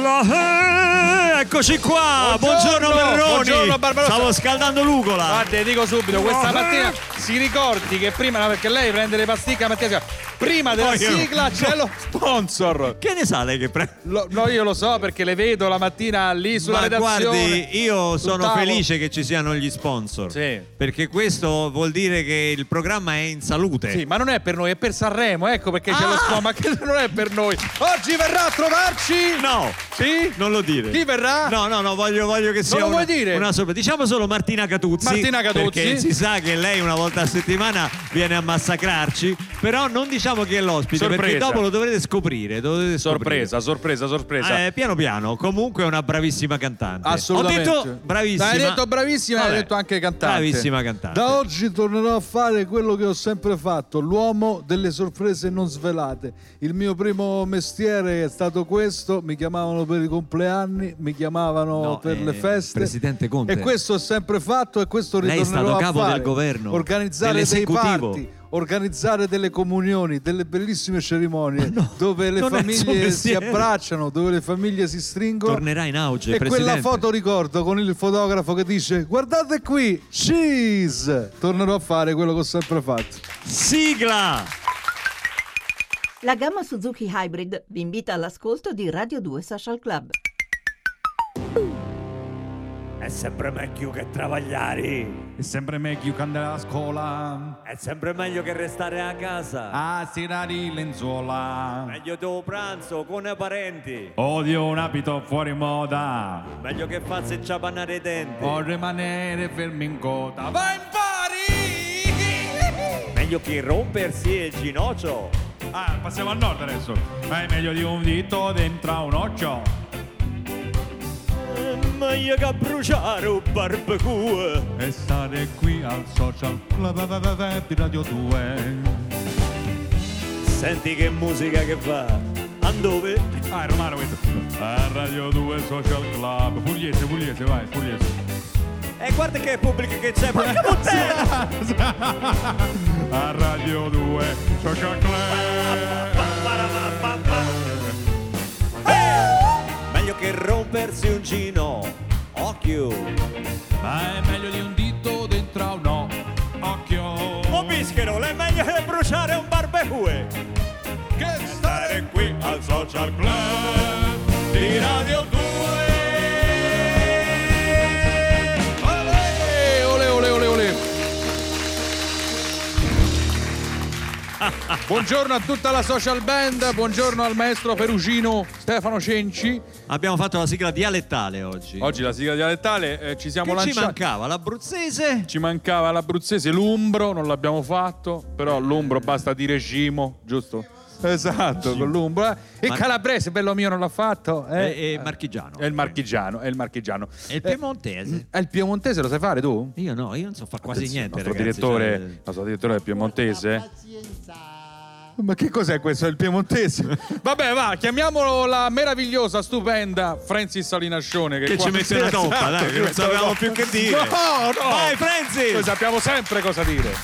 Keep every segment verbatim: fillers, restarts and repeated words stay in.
La... Eccoci qua, buongiorno, buongiorno Perroni. Buongiorno Barbarossa. Stavo scaldando l'ugola. Guarda, dico subito, questa mattina si ricordi che prima, no, perché lei prende le pasticche la mattina, prima della No, io- sigla c'è lo sponsor. Che ne sa lei che prende? Lo- no, io lo so perché le vedo la mattina lì sulla Ma redazione. guardi, io sul sono tavolo. felice che ci siano gli sponsor. Sì. Perché questo vuol dire che il programma è in salute. Sì, ma non è per noi, è per Sanremo, ecco perché c'è Ah! lo stomaco, non è per noi. Oggi verrà a trovarci. No, Sì? non lo dire. Chi verrà? No, no, no, voglio, voglio che sia lo una, vuoi dire? una sorpresa. Diciamo solo Martina Catuzzi. Martina Catuzzi. Perché si sa che lei una volta a settimana viene a massacrarci. Però non diciamo chi è l'ospite, Sorpresa. perché dopo lo dovrete scoprire. Dovete Sorpresa, sorpresa, sorpresa. scoprire. Eh, piano piano. Comunque è una bravissima cantante. Assolutamente. Ho detto bravissima. Hai detto bravissima, Vabbè, hai detto anche cantante. Bravissima cantante. Da oggi tornerò a fare quello che ho sempre fatto, l'uomo delle sorprese non svelate. Il mio primo mestiere è stato questo, mi chiamavano per i compleanni, mi chiamavano No, per eh, le feste. Presidente Conte. E questo ho sempre fatto e questo Lei è ritornerò stato a capo fare. del governo, Organizzare dei dell'esecutivo. party, organizzare delle comunioni, delle bellissime cerimonie Ma no, dove le non è il suo famiglie si mestiere. abbracciano, dove le famiglie si stringono. Tornerà in auge, E Presidente. quella foto ricordo con il fotografo che dice guardate qui, cheese. Tornerò a fare quello che ho sempre fatto. Sigla! La gamma Suzuki Hybrid vi invita all'ascolto di Radio due Social Club. È sempre meglio che travagliare. È sempre meglio che andare a scuola. È sempre meglio che restare a casa. A sera di lenzuola. Meglio tuo pranzo con i parenti. Odio un abito fuori moda. Meglio che farsi ciapannare i denti. O rimanere fermi in coda. Vai in pari! Meglio che rompersi il ginocchio. Ah, passiamo al nord adesso. Ma è meglio di un dito dentro a un occhio. È meglio che bruciare un barbecue. E stare qui al social club di Radio due. Senti che musica che fa. A dove? Ah, è romano questo. A Radio due Social Club. Pugliese, pugliese, vai, pugliese. E guarda che pubblico che c'è. Porca puttana! A Radio due Social Club. Meglio che rompersi un gino. Occhio. Ma è meglio di un dito dentro a un o- occhio. O bischero, è meglio che bruciare un barbecue. Che stare qui al Social Club di Radio due. Ole, ole, ole, ole. Buongiorno a tutta la social band, buongiorno al maestro perugino Stefano Cenci. Abbiamo fatto la sigla dialettale oggi. Oggi la sigla dialettale, eh, ci siamo Che ci lanciati. mancava? L'abruzzese? Ci mancava l'abruzzese, l'umbro, non l'abbiamo fatto, però l'umbro basta dire Gimo, giusto? Esatto, con l'umbro. eh. Il Mar- calabrese, bello mio, non l'ha fatto. E, Eh? e marchigiano. È il marchigiano, è il marchigiano. E il piemontese? È il piemontese, lo sai fare tu? Io no, io non so fare quasi niente, Il nostro ragazzi, direttore, cioè- il nostro direttore è piemontese. Ma che cos'è questo? È il piemontese? Vabbè, va, chiamiamolo la meravigliosa, stupenda Francis Salinascione. Che, Che qua- ci mette una toppa, Esatto, dai, ci che non mette sapevamo una più toppa. che dire. No, no. Vai, Francis! Noi sappiamo sempre cosa dire.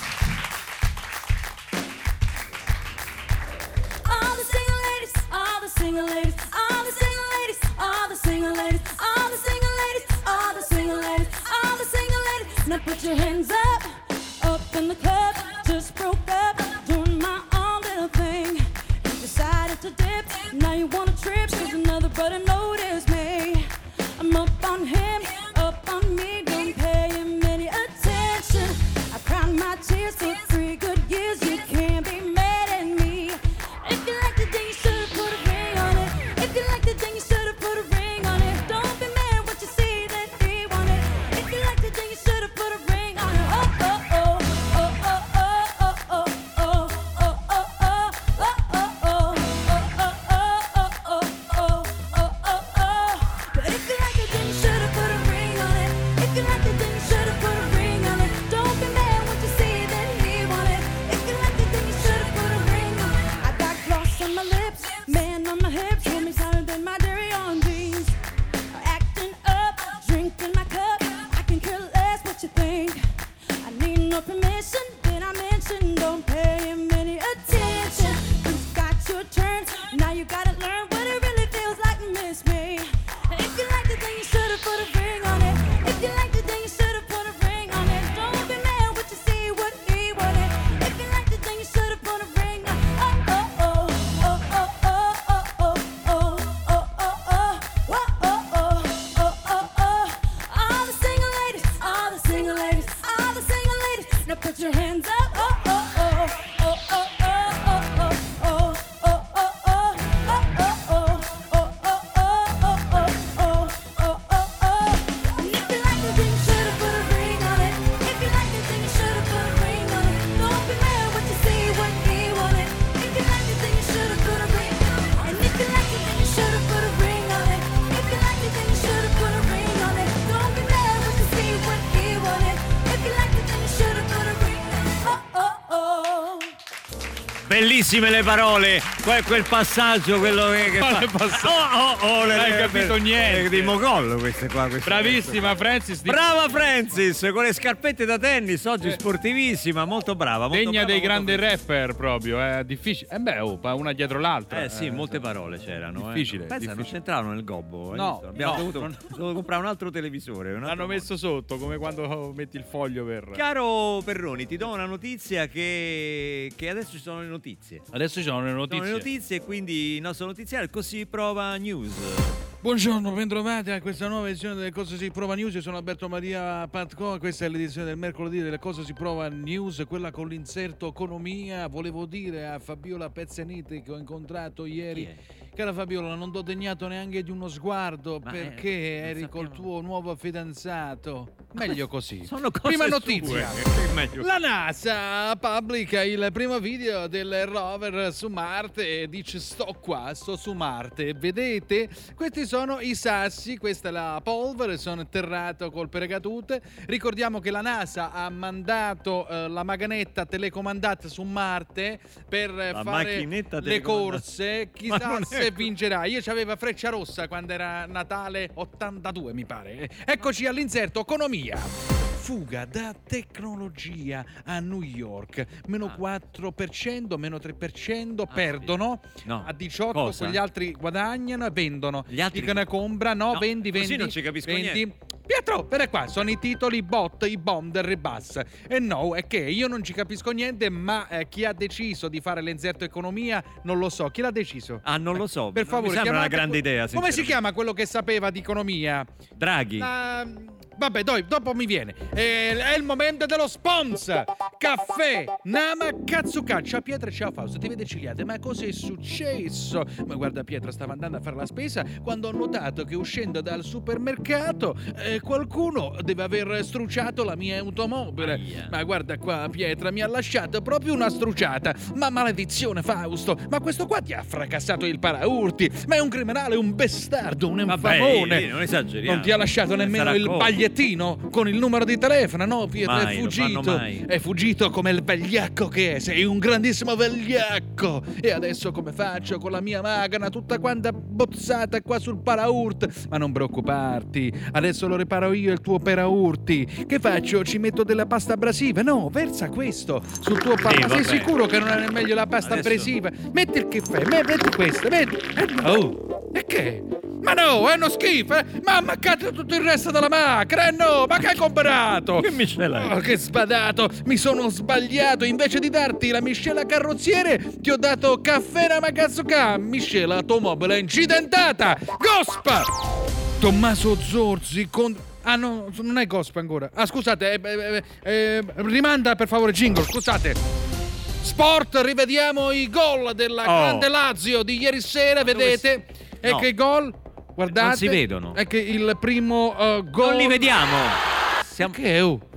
All the single ladies, all the single ladies, all the single ladies, all the single ladies, all the single ladies, all the single ladies, all the single ladies. Now put your hands up, up in the club. Just broke up, doing my own little thing. Decided to dip, now you wanna trip, 'cause another brother noticed me. I'm up on him, up on me, don't pay him any attention. I cried my tears for three good years, you can't be mad at me. If you liked it, then you should've put a ring on it. If you liked it, then you should've put a ring on it. Don't be mad what you see that he wanted. If you liked it, then you should've put a ring on it. Oh, oh, oh, oh, oh, oh, oh, oh, oh, oh, oh, oh, oh, oh, oh, oh, oh, oh, oh, oh. But if you liked it, then you should've put a ring on it. If you liked it, then you should've put a ring on it. Don't be mad what you see that he wanted. If you liked it, then you should've put a ring on it. I got gloss on my lips, man on my hips, hold me tighter than Bellissime le parole, quel, quel passaggio, quello che, che Quale fa. passaggio? Oh, oh, oh, Non le, hai le- capito le- niente. Di Mogol queste qua. Queste Bravissima Francis. di- Brava Francis, con le scarpette da tennis, oggi Eh. sportivissima, molto brava. Molto Degna brava, dei molto grandi brava. rapper proprio, è difficile. Eh beh, oh, una dietro l'altra. Eh sì, molte parole c'erano. Difficile, eh. Pensa, non difficile. c'entravano nel gobbo. hai No, visto? Abbiamo no, dovuto, non- dovuto comprare un altro televisore. un altro L'hanno messo sotto, come quando metti il foglio per... Caro Perroni, ti do una notizia che, che adesso ci sono le notizie. Adesso ci sono le Sono notizie. le notizie e quindi il nostro notiziario Così Prova News. Buongiorno, bentrovati a questa nuova edizione delle Cose si prova news. Io sono Alberto Maria Patco, questa è l'edizione del mercoledì delle Cose si prova news, quella con l'inserto economia. Volevo dire a Fabiola Pezzanetti che ho incontrato ieri, Chi è? cara Fabiola, non t'ho degnato neanche di uno sguardo Ma, perché eh, non eri sappiamo. col tuo nuovo fidanzato. Meglio così. Sono cose Prima sue, notizia. che è meglio. La NASA pubblica il primo video del rover su Marte e dice sto qua, sto su Marte. Vedete? Questi sono i sassi, questa è la polvere, sono atterrato col paracadute. Ricordiamo che la NASA ha mandato eh, la macchinetta telecomandata su Marte per eh, La fare macchinetta le telecomandata. corse. Ma Chissà non è se co- vincerà. Io c'avevo Freccia Rossa quando era Natale ottantadue, mi pare. Eccoci all'inserto economia. Fuga da tecnologia a New York, meno Ah. quattro per cento, meno tre per cento, Ah, perdono, no. a diciotto Cosa? quegli altri guadagnano e vendono. Gli altri Dicono compra, no, No, vendi, così vendi. non ci capisco vendi. niente. Pietro, per qua, sono i titoli bot, i bond e ribassa. E no, è che io non ci capisco niente, ma eh, chi ha deciso di fare l'inserto economia non lo so. Chi l'ha deciso? Ah, non lo so. Per non favore, mi sembra una chiamate grande que- idea. Come si sinceramente. chiama quello che sapeva di economia? Draghi. La- Vabbè, dai, dopo mi viene. Eh, è il momento dello sponsor. Caffè Nama Katsuka. Ciao Pietra, ciao Fausto. Ti vede cigliate, ma cosa è successo? Ma guarda Pietra, stavo andando a fare la spesa quando ho notato che uscendo dal supermercato eh, qualcuno deve aver struciato la mia automobile. Aia. Ma guarda qua Pietra, mi ha lasciato proprio una struciata. Ma maledizione Fausto, ma questo qua ti ha fracassato il paraurti. Ma è un criminale, un bestardo, un Vabbè, infamone. non esageriamo. Non ti ha lasciato Non nemmeno sarà il cosa. baglietto con il numero di telefono, no Pietro? Mai, È lo fanno fuggito, mai. è fuggito come il vegliacco che è, sei un grandissimo vegliacco. E adesso come faccio con la mia macchina tutta quanta bozzata qua sul paraurt? Ma non preoccuparti, adesso lo riparo io il tuo paraurti. Che faccio? Ci metto della pasta abrasiva? No, versa questo sul tuo Sì, paraurti. Sei vabbè. sicuro che non è meglio la pasta Adesso- abrasiva? Metti il caffè, me- metti questo, metti. Eh, oh, e che? Ma no, è uno schifo, eh? Ma ha ammaccato tutto il resto della macchina, eh no, ma che hai comprato? Che miscela è? Oh, che sbadato, mi sono sbagliato, invece di darti la miscela carrozziere ti ho dato caffè Namakatsuka, miscela automobile incidentata, Gospa! Tommaso Zorzi con... Ah no, non è Gospa ancora. Ah scusate, eh, eh, eh, rimanda per favore jingle, scusate. Sport, rivediamo i gol della Oh. grande Lazio di ieri sera, dove vedete? E No. che gol? Guardate. Non si vedono. È che il primo uh, gol... Non li vediamo. Siamo Che è? oh?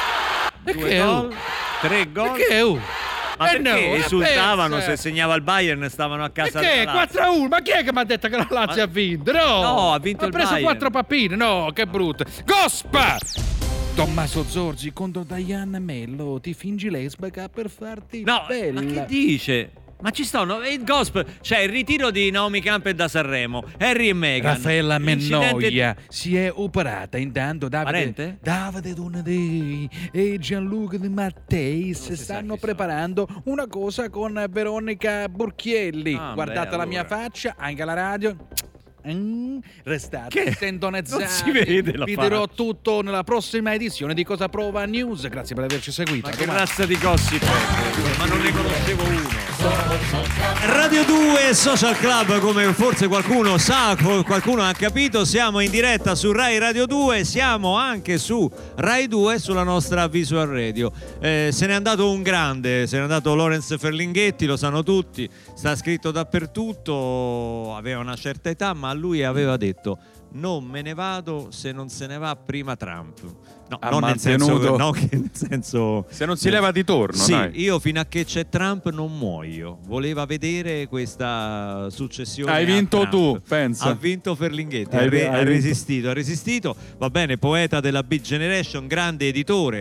E due che è? oh? gol, tre gol. E che è? oh? Ma Eh perché no, eh, esultavano pensa. se segnava il Bayern, stavano a E casa che? della Lazio. quattro a uno? Ma chi è che mi ha detto che la Lazio Ma- ha vinto? No! No, ha vinto ha il preso Bayern. quattro pappine, no, che brutto. Gospa! Tommaso Zorzi contro Diana Mello, ti fingi lesbica per farti No, bella. ma che dice? Ma ci stanno il gospel, cioè il ritiro di Naomi Campbell da Sanremo, Harry e Meghan. Raffaella Incidente- Mennoia si è operata, intanto Davide, Parente? Davide Donadei e Gianluca Di Mattei si sa stanno chi preparando una cosa con Veronica Burchielli. Ah, Guardate beh, la mia allora. faccia, anche alla radio. Mm, restate Che? sintonizzati. Non si vede la Vi dirò faccia. tutto nella prossima edizione di Cosa Prova News. Grazie per averci seguito. Ma A che domani. razza di gossip è? Ma non ne conoscevo uno. Radio due Social Club, come forse qualcuno sa, qualcuno ha capito, siamo in diretta su Rai Radio due, siamo anche su Rai due sulla nostra Visual Radio. Eh, se n'è andato un grande, se n'è andato Lorenz Ferlinghetti, lo sanno tutti, sta scritto dappertutto, aveva una certa età, ma lui aveva detto: non me ne vado se non se ne va prima Trump. No, Ha non nel senso, mantenuto- no, che nel senso Se non si leva di torno, sì, dai. io fino a che c'è Trump non muoio. Voleva vedere questa successione. Hai a vinto Trump. tu, pensa. Ha vinto Ferlinghetti, Hai- ha, re- hai ha vinto. resistito, ha resistito. Va bene, poeta della Big Generation, grande editore.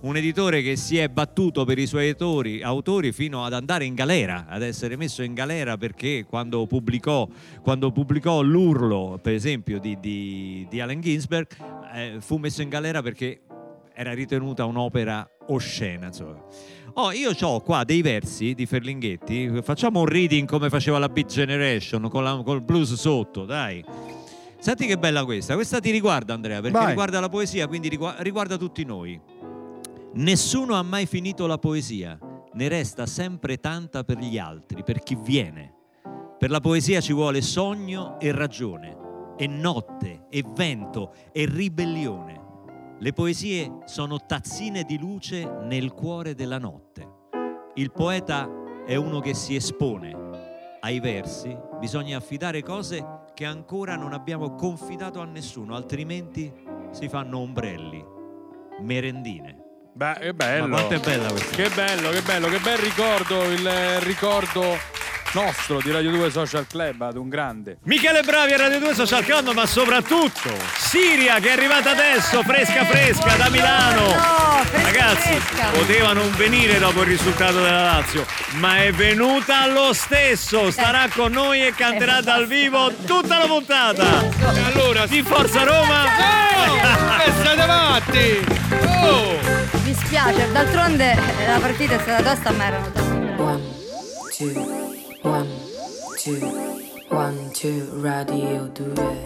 un editore che si è battuto per i suoi autori, autori fino ad andare in galera, ad essere messo in galera perché quando pubblicò, quando pubblicò l'Urlo, per esempio, di, di, di Allen Ginsberg, eh, fu messo in galera perché era ritenuta un'opera oscena, insomma. Oh, io ho qua dei versi di Ferlinghetti, facciamo un reading come faceva la Beat Generation con la, col blues sotto, dai. Senti che bella questa, questa ti riguarda, Andrea, perché Vai. riguarda la poesia, quindi riguarda, riguarda tutti noi. Nessuno ha mai finito la poesia, ne resta sempre tanta per gli altri, per chi viene. Per la poesia ci vuole sogno e ragione, e notte, e vento, e ribellione. Le poesie sono tazzine di luce nel cuore della notte. Il poeta è uno che si espone. Ai versi bisogna affidare cose che ancora non abbiamo confidato a nessuno, altrimenti si fanno ombrelli, merendine. Beh, che bello. Ma quanto è bella questa? Che bello, che bello, che bel ricordo, il ricordo nostro di Radio due Social Club, ad un grande. Michele Bravi a Radio due Social Club, ma soprattutto Siria che è arrivata adesso, fresca fresca da Milano. No, fresca, Ragazzi, fresca. poteva non venire dopo il risultato della Lazio, ma è venuta lo stesso. Starà con noi e canterà dal vivo tutta la puntata. E allora, Di Forza Roma. oh, che state avanti? Oh! Mi spiace, d'altronde la partita è stata tosta, ma erano tanti bravi. One, two, one, two, one, two, Radio due.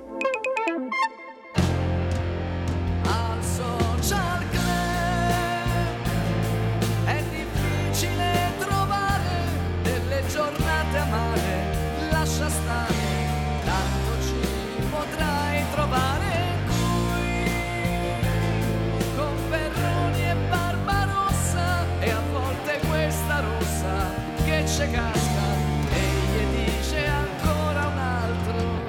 Al Social Club è difficile trovare delle giornate amare, lascia stare, tanto ci potrai trovare qui, con Perroni e Barbarossa, e a volte questa rossa che ci casca e gli dice ancora un altro.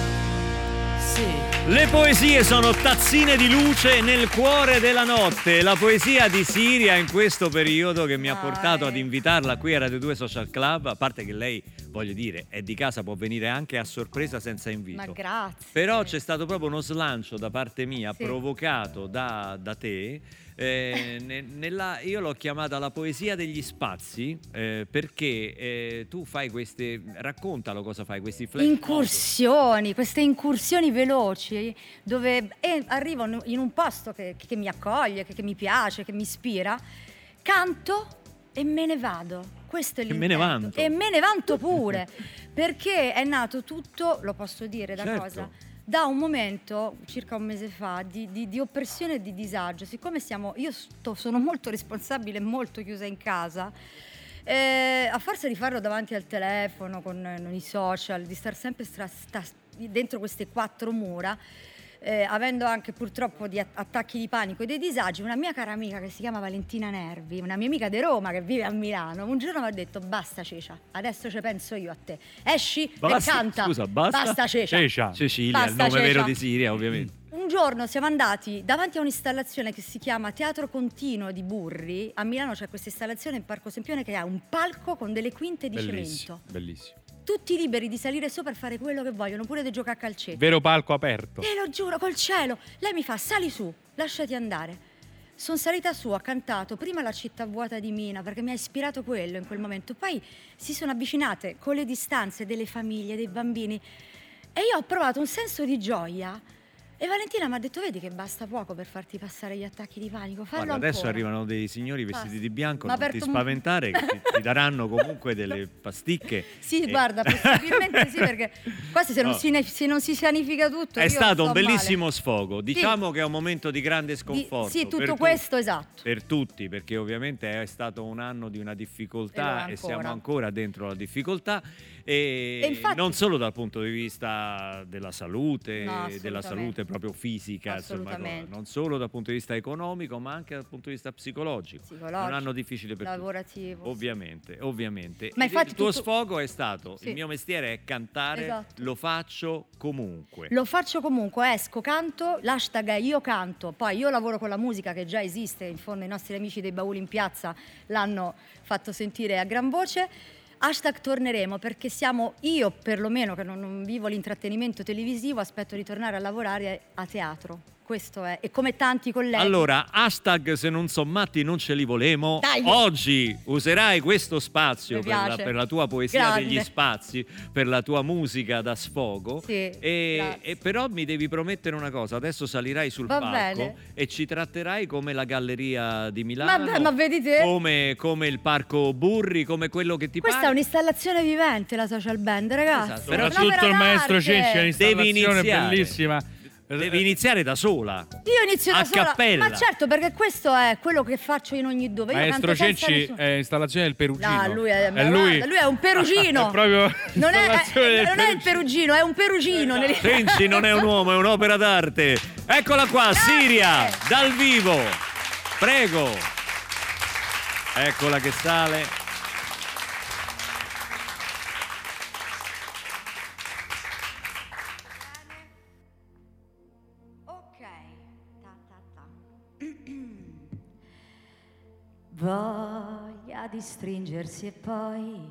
Sì. Le poesie sono tazzine di luce nel cuore della notte. La poesia di Siria in questo periodo che mi ha portato ad invitarla qui a Radio due Social Club, a parte che lei, voglio dire, è di casa, può venire anche a sorpresa senza invito. Ma grazie. Però c'è stato proprio uno slancio da parte mia, Sì. provocato da, da te. Eh, ne- nella, io l'ho chiamata la poesia degli spazi eh, perché eh, tu fai queste, raccontalo cosa fai, questi flash mob. Incursioni, queste incursioni veloci dove eh, arrivo in un posto che, che mi accoglie, che, che mi piace, che mi ispira, canto e me ne vado. Questo è E me ne l'intento. vanto. E me ne vanto pure, perché è nato tutto, lo posso dire da Certo. cosa? Da un momento, circa un mese fa, di, di, di oppressione e di disagio. Siccome siamo, io sto, sono molto responsabile e molto chiusa in casa, eh, a forza di farlo davanti al telefono, con, eh, i social, di star sempre stra, sta, dentro queste quattro mura, eh, avendo anche purtroppo di attacchi di panico e dei disagi, una mia cara amica che si chiama Valentina Nervi, una mia amica di Roma che vive a Milano, un giorno mi ha detto: basta Cecia, adesso ci penso io a te, esci Basta- e canta. scusa, basta? Cecia. Cecia. Cecilia, Basta, il nome Cecia. vero di Siria, ovviamente. Un giorno siamo andati davanti a un'installazione che si chiama Teatro Continuo di Burri. A Milano c'è questa installazione in Parco Sempione che ha un palco con delle quinte di Bellissimo, cemento. bellissimo. Tutti liberi di salire sopra e fare quello che vogliono, pure di giocare a calcetto. Vero palco aperto. Te lo giuro, col cielo. Lei mi fa: sali su, lasciati andare. Sono salita su, ho cantato prima La città vuota di Mina, perché mi ha ispirato quello in quel momento. Poi si sono avvicinate con le distanze delle famiglie, dei bambini, e io ho provato un senso di gioia. E Valentina mi ha detto: vedi che basta poco per farti passare gli attacchi di panico, fallo Guarda, adesso ancora. arrivano dei signori vestiti Basta. di bianco, Mi ha non ti aperto un- spaventare, che ti, ti daranno comunque delle pasticche. Sì, E- guarda, possibilmente sì, perché quasi se non, No. si, ne- se non si sanifica tutto. È io stato un sto bellissimo male. sfogo. Diciamo che è un momento di grande sconforto. sì, tutto per tutti. questo, esatto. Per tutti, perché ovviamente è stato un anno di una E lo difficoltà è e, siamo ancora. ancora dentro la difficoltà. E, E infatti- non solo dal punto di vista della salute, No, della assolutamente. salute proprio fisica, insomma, Assolutamente. non solo dal punto di vista economico, ma anche dal punto di vista psicologico. Psicologico, È un anno difficile per tutti. lavorativo. Ovviamente, ovviamente. Ma E infatti il tuo tutto- sfogo è stato: Sì. il mio mestiere è cantare, Esatto. lo faccio comunque. Lo faccio comunque, esco, canto, l'hashtag è io canto, poi io lavoro con la musica che già esiste, in fondo i nostri amici dei Bauli in Piazza l'hanno fatto sentire a gran voce. Hashtag torneremo, perché siamo, io perlomeno che non, non vivo l'intrattenimento televisivo, aspetto di tornare a lavorare a teatro. questo è. E come tanti colleghi. Allora, hashtag se non so matti non ce li volemo. Dai. Oggi userai questo spazio Mi per la, piace. per la tua poesia Grande. degli spazi, per la tua musica da sfogo. Sì, e, grazie. e però mi devi promettere una cosa, adesso salirai sul Va palco bene. e ci tratterai come la Galleria di Milano. Vabbè, ma vedi te? Come, come il Parco Burri, come quello che ti Questa pare. è un'installazione vivente, la social band, ragazzi. Esatto. È Soprattutto un'opera il maestro d'arte. Cenci, è Devi un'installazione iniziare. bellissima. Devi iniziare da sola. Io inizio da A sola. cappella. Ma certo, perché questo è quello che faccio in ogni dove. Io Maestro canto senza Cenci nessuno- è installazione del Perugino. No, lui è, è lui. guarda, lui è un perugino. È proprio non è, installazione è- del non è il perugino, è un perugino. nel- Cenci non è un uomo, è un'opera d'arte. Eccola qua, Grazie. Siria, dal vivo. Prego. Eccola che sale. Ok. Ta, ta, ta. Voglia di stringersi e poi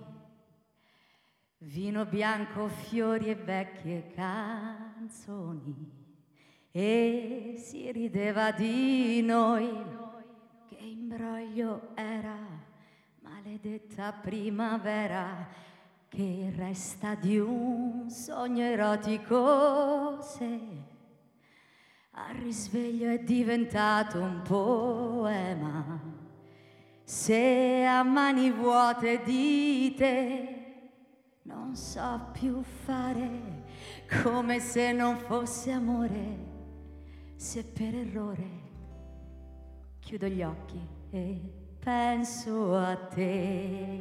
vino bianco, fiori e vecchie canzoni. E si rideva di noi, che imbroglio era, maledetta primavera, che resta di un sogno erotico se al risveglio è diventato un poema. Se a mani vuote di te non so più fare, come se non fosse amore, se per errore chiudo gli occhi e penso a te.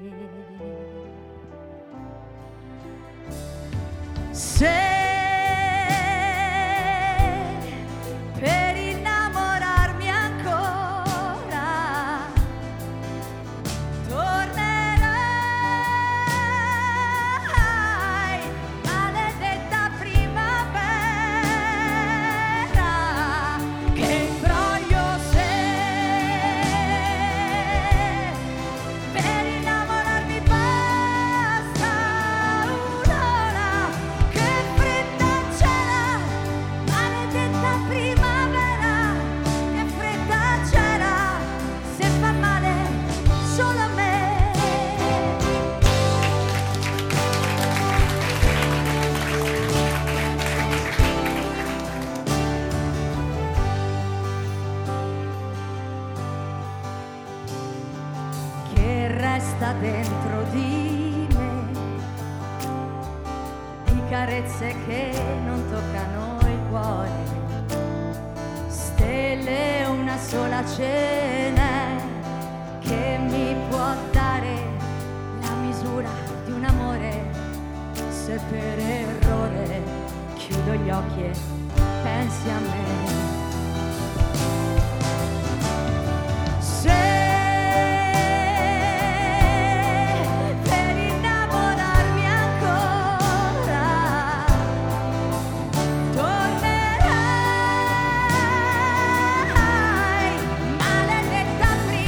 Se per innamorarmi ancora tornerai, maledetta primavera, che imbroglio sei. Per innamorarmi basta un'ora, che fretta c'era, maledetta primavera, che fretta c'era, se fa male solo a me. Che resta dentro di me, di carezze che non toccano il cuore, stelle una sola cena che mi può dare la misura di un amore, se per errore chiudo gli occhi e pensi a me. Se per innamorarmi ancora tornerai, maledetta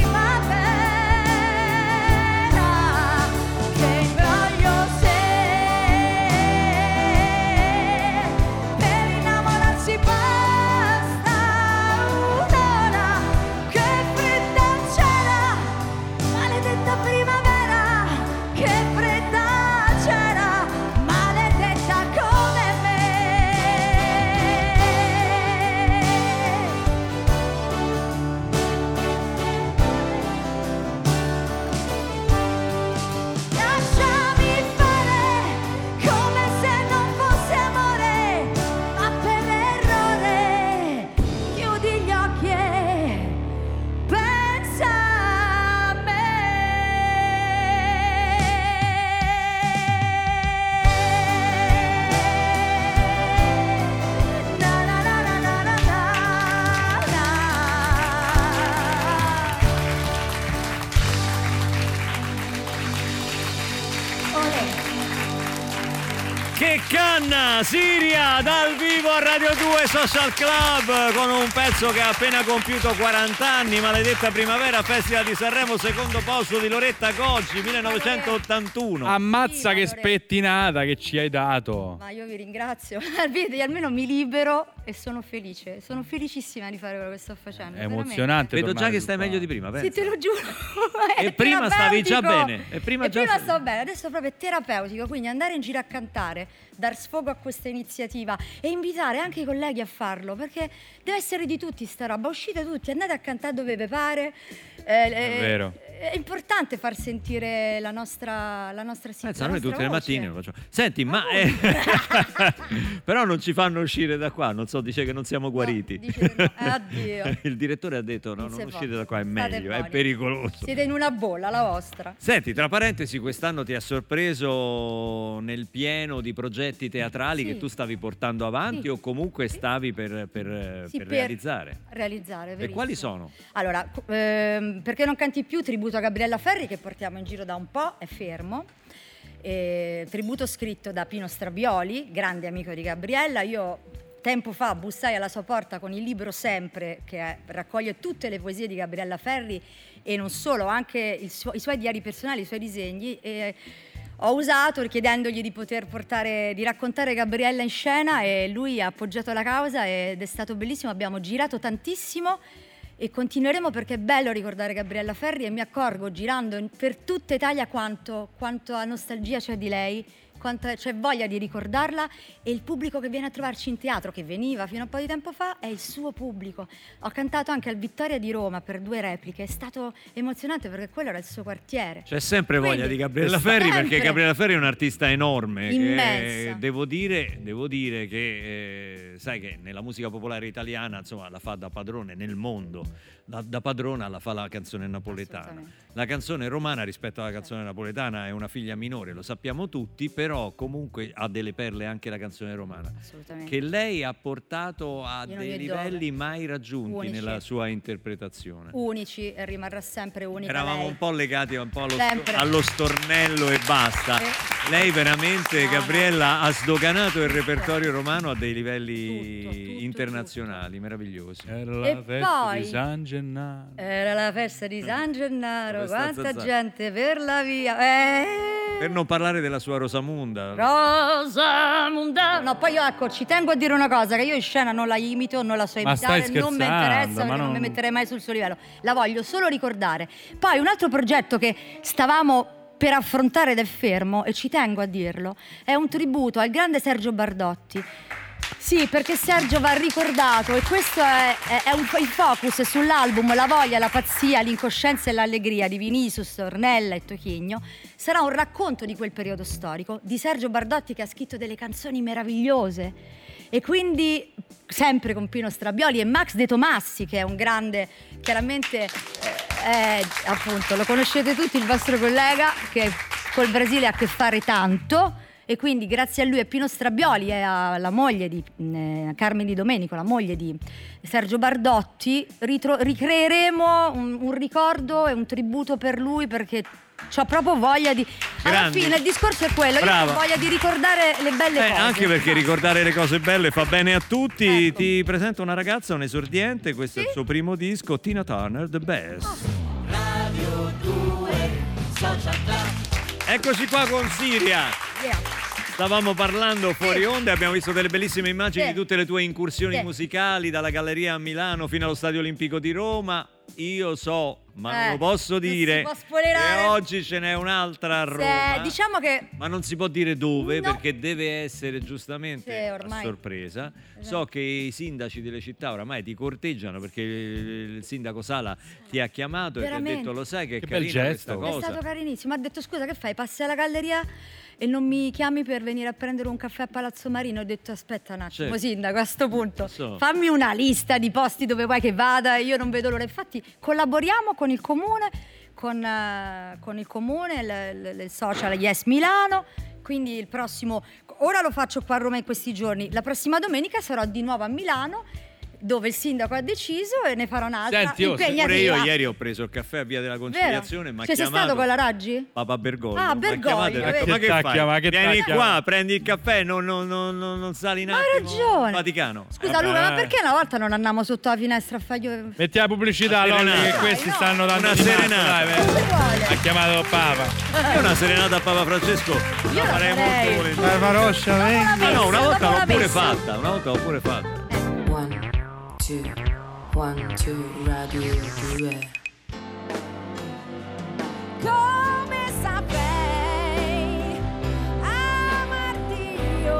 primavera, che imbroglio sei. Per innamorarsi basta un'ora, che fretta c'era, maledetta primavera, che fretta c'era, maledetta come me. Lasciami fare come se non fosse amore, ma per errore chiudi gli occhi e pensa a me. Na na na na na na na. Che canna! Siria dal vivo a Radio due Social Club con un pezzo che ha appena compiuto quaranta anni, maledetta primavera, Festival di Sanremo, secondo posto di Loretta Goggi, millenovecentottantuno. Ammazza Sì, che Loretta. spettinata che ci hai dato. Ma io vi ringrazio. Vedi, almeno mi libero e sono felice, sono felicissima di fare quello che sto facendo. È emozionante. Vedo già che stai meglio di prima, pensa. Sì, te lo giuro. E prima stavi già bene. E prima, e già prima stavi... stavo bene, adesso proprio è terapeutico, quindi andare in giro a cantare, dar sfogo a questa iniziativa e invitare anche i colleghi a farlo, perché deve essere di tutti sta roba, uscite tutti, andate a cantare dove vi pare. Eh, è vero. È importante far sentire la nostra la nostra Pensa, noi tutte le voce. mattine lo facciamo. Senti, ma eh... però non ci fanno uscire da qua, non so, dice che non siamo guariti. No, dice che no. Eh, addio. Il direttore ha detto no, Non non, si uscite può. da qua, è State meglio, è buoni. pericoloso. Siete in una bolla, la vostra. Senti, tra parentesi, quest'anno ti ha sorpreso nel pieno di progetti teatrali Sì. che tu stavi portando avanti Sì. o comunque stavi per, per, Sì, per per realizzare? Realizzare, E verissimo. quali sono? Allora, ehm, perché non canti più, tributo a Gabriella Ferri che portiamo in giro da un po', è fermo. Eh, tributo scritto da Pino Strabioli, grande amico di Gabriella. Io tempo fa bussai alla sua porta con il libro Sempre, che è- raccoglie tutte le poesie di Gabriella Ferri e non solo, anche il suo- i suoi diari personali, i suoi disegni. E ho usato chiedendogli di poter portare, di raccontare Gabriella in scena e lui ha appoggiato la causa ed è stato bellissimo. Abbiamo girato tantissimo e continueremo perché è bello ricordare Gabriella Ferri e mi accorgo girando in- per tutta Italia quanto, quanto a nostalgia c'è di lei, quanto c'è voglia di ricordarla e il pubblico che viene a trovarci in teatro, che veniva fino a un po' di tempo fa, è il suo pubblico. Ho cantato anche al Vittoria di Roma per due repliche, è stato emozionante perché quello era il suo quartiere. C'è sempre voglia Quindi, di Gabriella Ferri sempre. perché Gabriella Ferri è un'artista enorme. Immensa. Che devo dire, devo dire che eh, sai che nella musica popolare italiana insomma la fa da padrone nel mondo, da, da padrona la fa la canzone napoletana. Assolutamente. La canzone romana rispetto alla canzone napoletana è una figlia minore, lo sappiamo tutti, però comunque ha delle perle anche la canzone romana. Assolutamente. Che lei ha portato a Io non dei vedo dove. livelli mai raggiunti Unici. nella sua interpretazione. Unici e rimarrà sempre unica Eravamo lei. un po' legati un po' allo, Sempre. sto- allo stornello e basta. Eh. Lei veramente, No, no. Gabriella, ha sdoganato il repertorio romano a dei livelli Tutto, tutto, internazionali, meravigliosi. Era la E festa poi- di San Gennaro. Era la festa di San Gennaro, Questa quanta zazza- gente per la via. Eh. Per non parlare della sua Rosamunda. Rosamunda. No, poi io ecco, ci tengo a dire una cosa, che io in scena non la imito, non la so Ma imitare, stai non mi scherzando, interessa, ma perché non... non- mi metterei mai sul suo livello. La voglio solo ricordare. Poi un altro progetto che stavamo per affrontare ed è fermo, e ci tengo a dirlo, è un tributo al grande Sergio Bardotti. Sì, perché Sergio va ricordato e questo è, è, è un, il focus sull'album La voglia, la pazzia, l'incoscienza e l'allegria di Vinicius, Ornella e Tochigno. Sarà un racconto di quel periodo storico di Sergio Bardotti che ha scritto delle canzoni meravigliose e quindi sempre con Pino Strabioli e Max De Tomassi che è un grande, chiaramente eh, è, appunto lo conoscete tutti, il vostro collega che col Brasile ha a che fare tanto. E quindi grazie a lui e Pino Strabioli e alla moglie di eh, Carmen Di Domenico, la moglie di Sergio Bardotti, ritro- ricreeremo un, un ricordo e un tributo per lui perché c'ho proprio voglia di... Alla Grandi. fine il discorso è quello, Brava. io ho voglia di ricordare le belle Eh, cose. anche perché ricordare le cose belle fa bene a tutti. Ecco. Ti presento una ragazza, un esordiente, questo è il suo primo disco, Tina Turner, The Best. Radio due Social Club. Eccoci qua con Siria. Yeah. Stavamo parlando fuori onda e abbiamo visto delle bellissime immagini Sì. di tutte le tue incursioni Sì. musicali, dalla Galleria a Milano fino allo Stadio Olimpico di Roma. Io so, ma non Eh, lo posso non si dire, può spoilerare. che oggi ce n'è un'altra a Se- Roma. diciamo che Ma non si può dire dove No. perché deve essere giustamente Sì, a ormai. sorpresa. So Esatto. che i sindaci delle città oramai ti corteggiano perché il sindaco Sala ti ha chiamato e ti ha Veramente. detto lo sai che, Che è bel carina gesto. questa è cosa. stato carinissimo. Ha detto scusa che fai? Passi alla galleria e non mi chiami per venire a prendere un caffè a Palazzo Marino? Ho detto aspetta un attimo, Certo. sindaco, a sto punto Lo so. fammi una lista di posti dove vuoi che vada, io non vedo l'ora. Infatti collaboriamo con il comune, con, eh, con il comune, il, il- il social Yes Milano, quindi il prossimo, ora lo faccio qua a Roma in questi giorni, la prossima domenica sarò di nuovo a Milano dove il sindaco ha deciso e ne farò un'altra Senti, oh, Pure impegnativa. io ieri ho preso il caffè a Via della Conciliazione, Vero? ma Cioè, sei stato con la Raggi? Papà Bergoglio. Ah, m'ha Bergoglio, chiamato e ha detto, vedi? ma che Che fai? tacchia, ma che Vieni tacchia. qua, prendi il caffè, non, non, non, non, non sali un Ma hai attimo ragione. Vaticano. Scusa Vabbè, Luca, ma dai. perché una volta non andiamo sotto la finestra a fargli... Metti la pubblicità, Una Lolli, serenata. che questi Dai, no. stanno dando Una di matto, serenata. dai, Come vedi? vuole? Ha chiamato Papa. Io una serenata a Papa Francesco la la farei farei. molto volentieri. Barbaroscia, Dopo la Ma no, una messa, volta dopo l'ho la pure messa. fatta, una volta l'ho pure fatta. Ecco. two, one, two, Radio due. Come saprei amarti io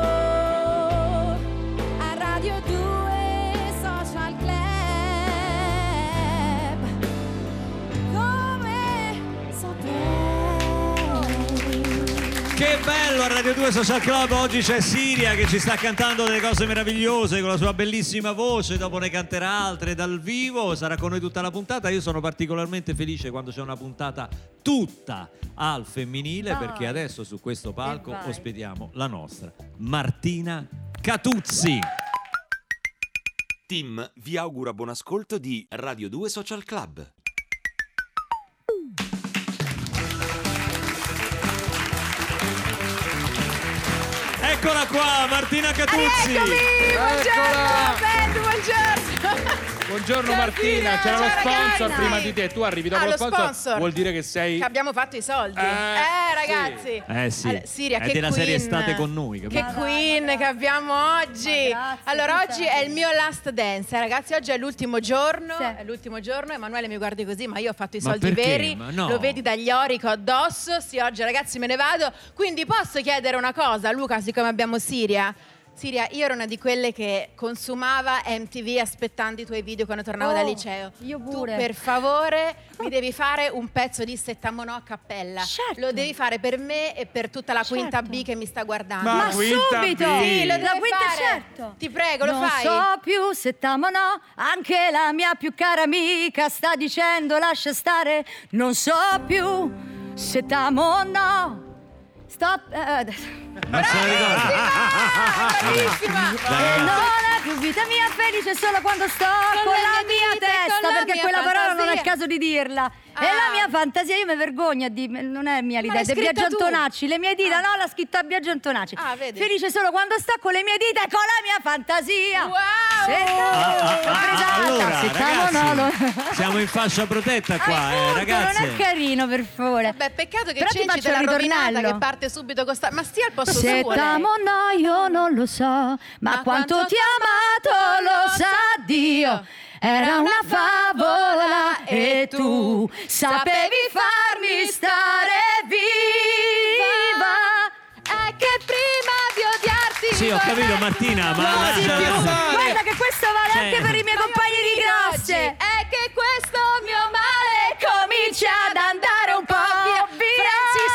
a Radio due Social Club. Come saprei. Che bello a Radio due Social Club, oggi c'è Siria che ci sta cantando delle cose meravigliose con la sua bellissima voce, dopo ne canterà altre dal vivo, sarà con noi tutta la puntata. Io sono particolarmente felice quando c'è una puntata tutta al femminile, Vai. perché adesso su questo palco vai. ospitiamo la nostra Martina Catuzzi. Tim vi augura buon ascolto di Radio due Social Club. Eccola qua, Martina Catuzzi. Eccomi, buongiorno, Ben, buongiorno. Buongiorno Martina, c'era ciao lo sponsor ragazzi. prima di te, tu arrivi dopo Ah, lo lo sponsor, sponsor. vuol dire che sei... Che abbiamo fatto i soldi. Eh, Eh, ragazzi. Eh sì, Allora, Siria, è che della queen. serie State con noi, capito? Che queen che abbiamo oggi. Ma grazie, Allora, tu oggi sei. è il mio last dance, eh, ragazzi. Oggi è l'ultimo giorno. Sì. È l'ultimo giorno. Emanuele mi guardi così, ma io ho fatto i Ma soldi perché? veri. Ma no. Lo vedi dagli ori che ho addosso. Sì, oggi, ragazzi, me ne vado. Quindi posso chiedere una cosa, Luca, siccome abbiamo Siria? Siria, io ero una di quelle che consumava M T V aspettando i tuoi video quando tornavo Oh, dal liceo. io Tu pure. per favore mi devi fare un pezzo di Settamonò a cappella. Certo. Lo devi fare per me e per tutta la quinta Certo. B che mi sta guardando. Ma Ma quinta subito! B. Sì, lo La devi quinta, fare. certo. Ti prego, lo non fai? so più se t'amo o no, anche la mia più cara amica sta dicendo lascia stare. Non so più se t'amo o no. Stop. eh, Ma se la ricordi? Bravissima! E non è più vita mia felice solo quando sto con, le la mie mia dita e testa, con la perché mia quella parola non è il fantasia. caso di dirla. E Ah. la mia fantasia, io mi vergogno a dire, non è mia l'idea, l'hai è di scritta Biagio tu. Antonacci, le mie dita, Ah. no, l'ha scritto a Biagio Antonacci. Ah, vedi. Felice solo quando sto con le mie dita e con la mia fantasia. Wow! Se t'amo- Ah, ah, l'ho ah, presata, allora, se t'amo ragazzi, no, lo- siamo in fascia protetta qua, eh, Appunto, ragazze. non è carino, per favore. Beh, peccato che Però ti Cenci faccio te l'ha il rovinata, ritornello. che parte subito con sta... Ma stia al posto Se suo lei. t'amo o no, io non lo so, ma, Ma quanto quanto ti ho amato lo sa Dio. Era una favola e tu sapevi farmi stare viva. È che prima di odiarti Sì, ho capito Martina, ma No, di lascia- più. fare. Guarda che questo vale Cioè- anche per i miei compagni di classe. È che questo mio male Comincia ad andare un po' via.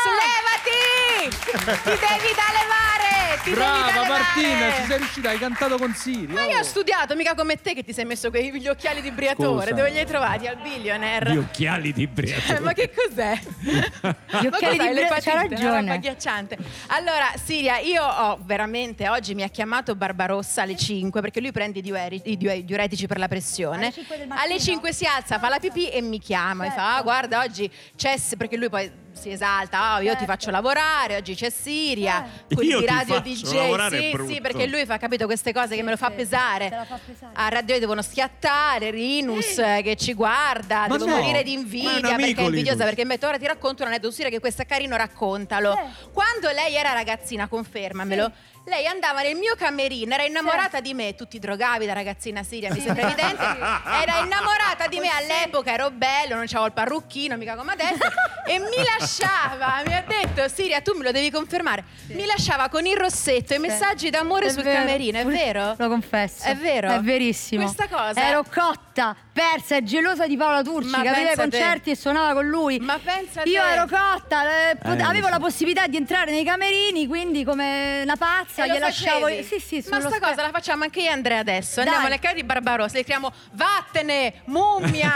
Francis, levati! Ti devi da levare! Ti devi da Brava levare! Martina, ci sei riuscita, hai cantato con Siria. Ma io oh. ho studiato, mica come te che ti sei messo quei gli occhiali di briatore. Scusa. Dove li hai trovati? Al Billionaire. Gli occhiali di Eh, briatore. ma che cos'è? Gli occhiali Ma cos'hai, di Bria- l'epatite, c'ha una roba ragione. agghiacciante. Allora, Siria, io ho veramente oggi mi ha chiamato Barbarossa alle cinque perché lui prende i, diueri- i diu- diuretici per la pressione. Alle cinque del mattino? Alle cinque si alza, fa la pipì e mi chiama e fa: Certo. "Ah, guarda, oggi c'è", perché lui poi si esalta: "Oh, io ti Certo. faccio lavorare, oggi c'è Siria". Certo. Quelli Io di ti radio faccio D J. lavorare è Sì, brutto. sì, perché lui fa, capito, queste cose che me lo fa Sì, pesare. te la fa pesare. A radio devono schiattare, Rinus eh, che ci guarda, Ma devo no, morire di ma è un invidia amico, perché è invidiosa, Linus. perché metto ora ti racconto un aneddoto, Siria, che questo è carino, raccontalo. Sì. Quando lei era ragazzina, confermamelo, lei andava nel mio camerino, era innamorata di me, tutti drogavi da ragazzina Siria, mi sembra evidente. Era innamorata di me all'epoca, ero bello, non c'avevo il parrucchino, mica come adesso, e mi lasciava, mi ha detto: "Siria, tu me lo devi confermare". Mi lasciava con il rossetto e messaggi d'amore È sul vero. camerino, è vero? Lo confesso. È vero? È verissimo. Questa cosa- Ero cotta, persa e gelosa di Paola Turci, Ma che apriva i pensa te. concerti e suonava con lui. Ma pensa Io te. ero cotta, eh, pot- Eh, avevo lo la so. possibilità di entrare nei camerini, quindi come una pazza E lo gli lasciavo. facevi? Sì, sì, Ma sullo sta spe- cosa la facciamo anche io e Andrea adesso. Dai. Andiamo nel canale di Barbarossa, le chiamiamo "Vattene, mummia".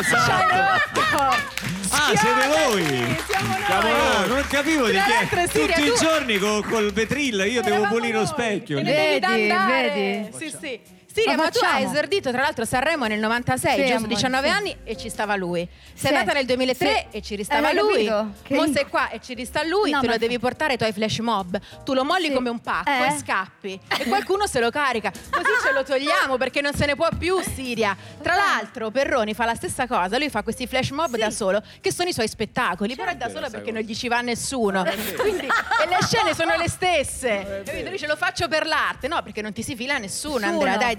Esatto. Ah, siete voi? Siamo Siamo noi. Ah, non capivo di Tra chi l'altro, è. Siria, Tutti i tu- giorni col, col vetril, io devo Eravamo pulire lo noi. specchio. E ne devi Vedi, andare. vedi. Sì, sì. Siria, Lo ma tu hai facciamo. esordito tra l'altro a Sanremo nel novantasei, Sì, giusto? amore, diciannove sì. anni e ci stava lui. Sei Sì. andata nel duemilatré Sì. e ci ristava Eh, hai lui. capito? Che Mo inc- sei qua e ci rista lui, No, te ma- lo devi portare ai tuoi flash mob. Tu lo molli Sì. come un pacco Eh? e scappi. E qualcuno se lo carica. Così ce lo togliamo perché non se ne può più, Siria. Tra l'altro Perroni fa la stessa cosa, lui fa questi flash mob da solo, che sono i suoi spettacoli, però è da solo perché non gli ci va nessuno. Quindi, e le scene sono le stesse. Capito? Dice: "Lo faccio per l'arte". No, perché non ti si fila nessuno, Nessuno. Andrea, dai,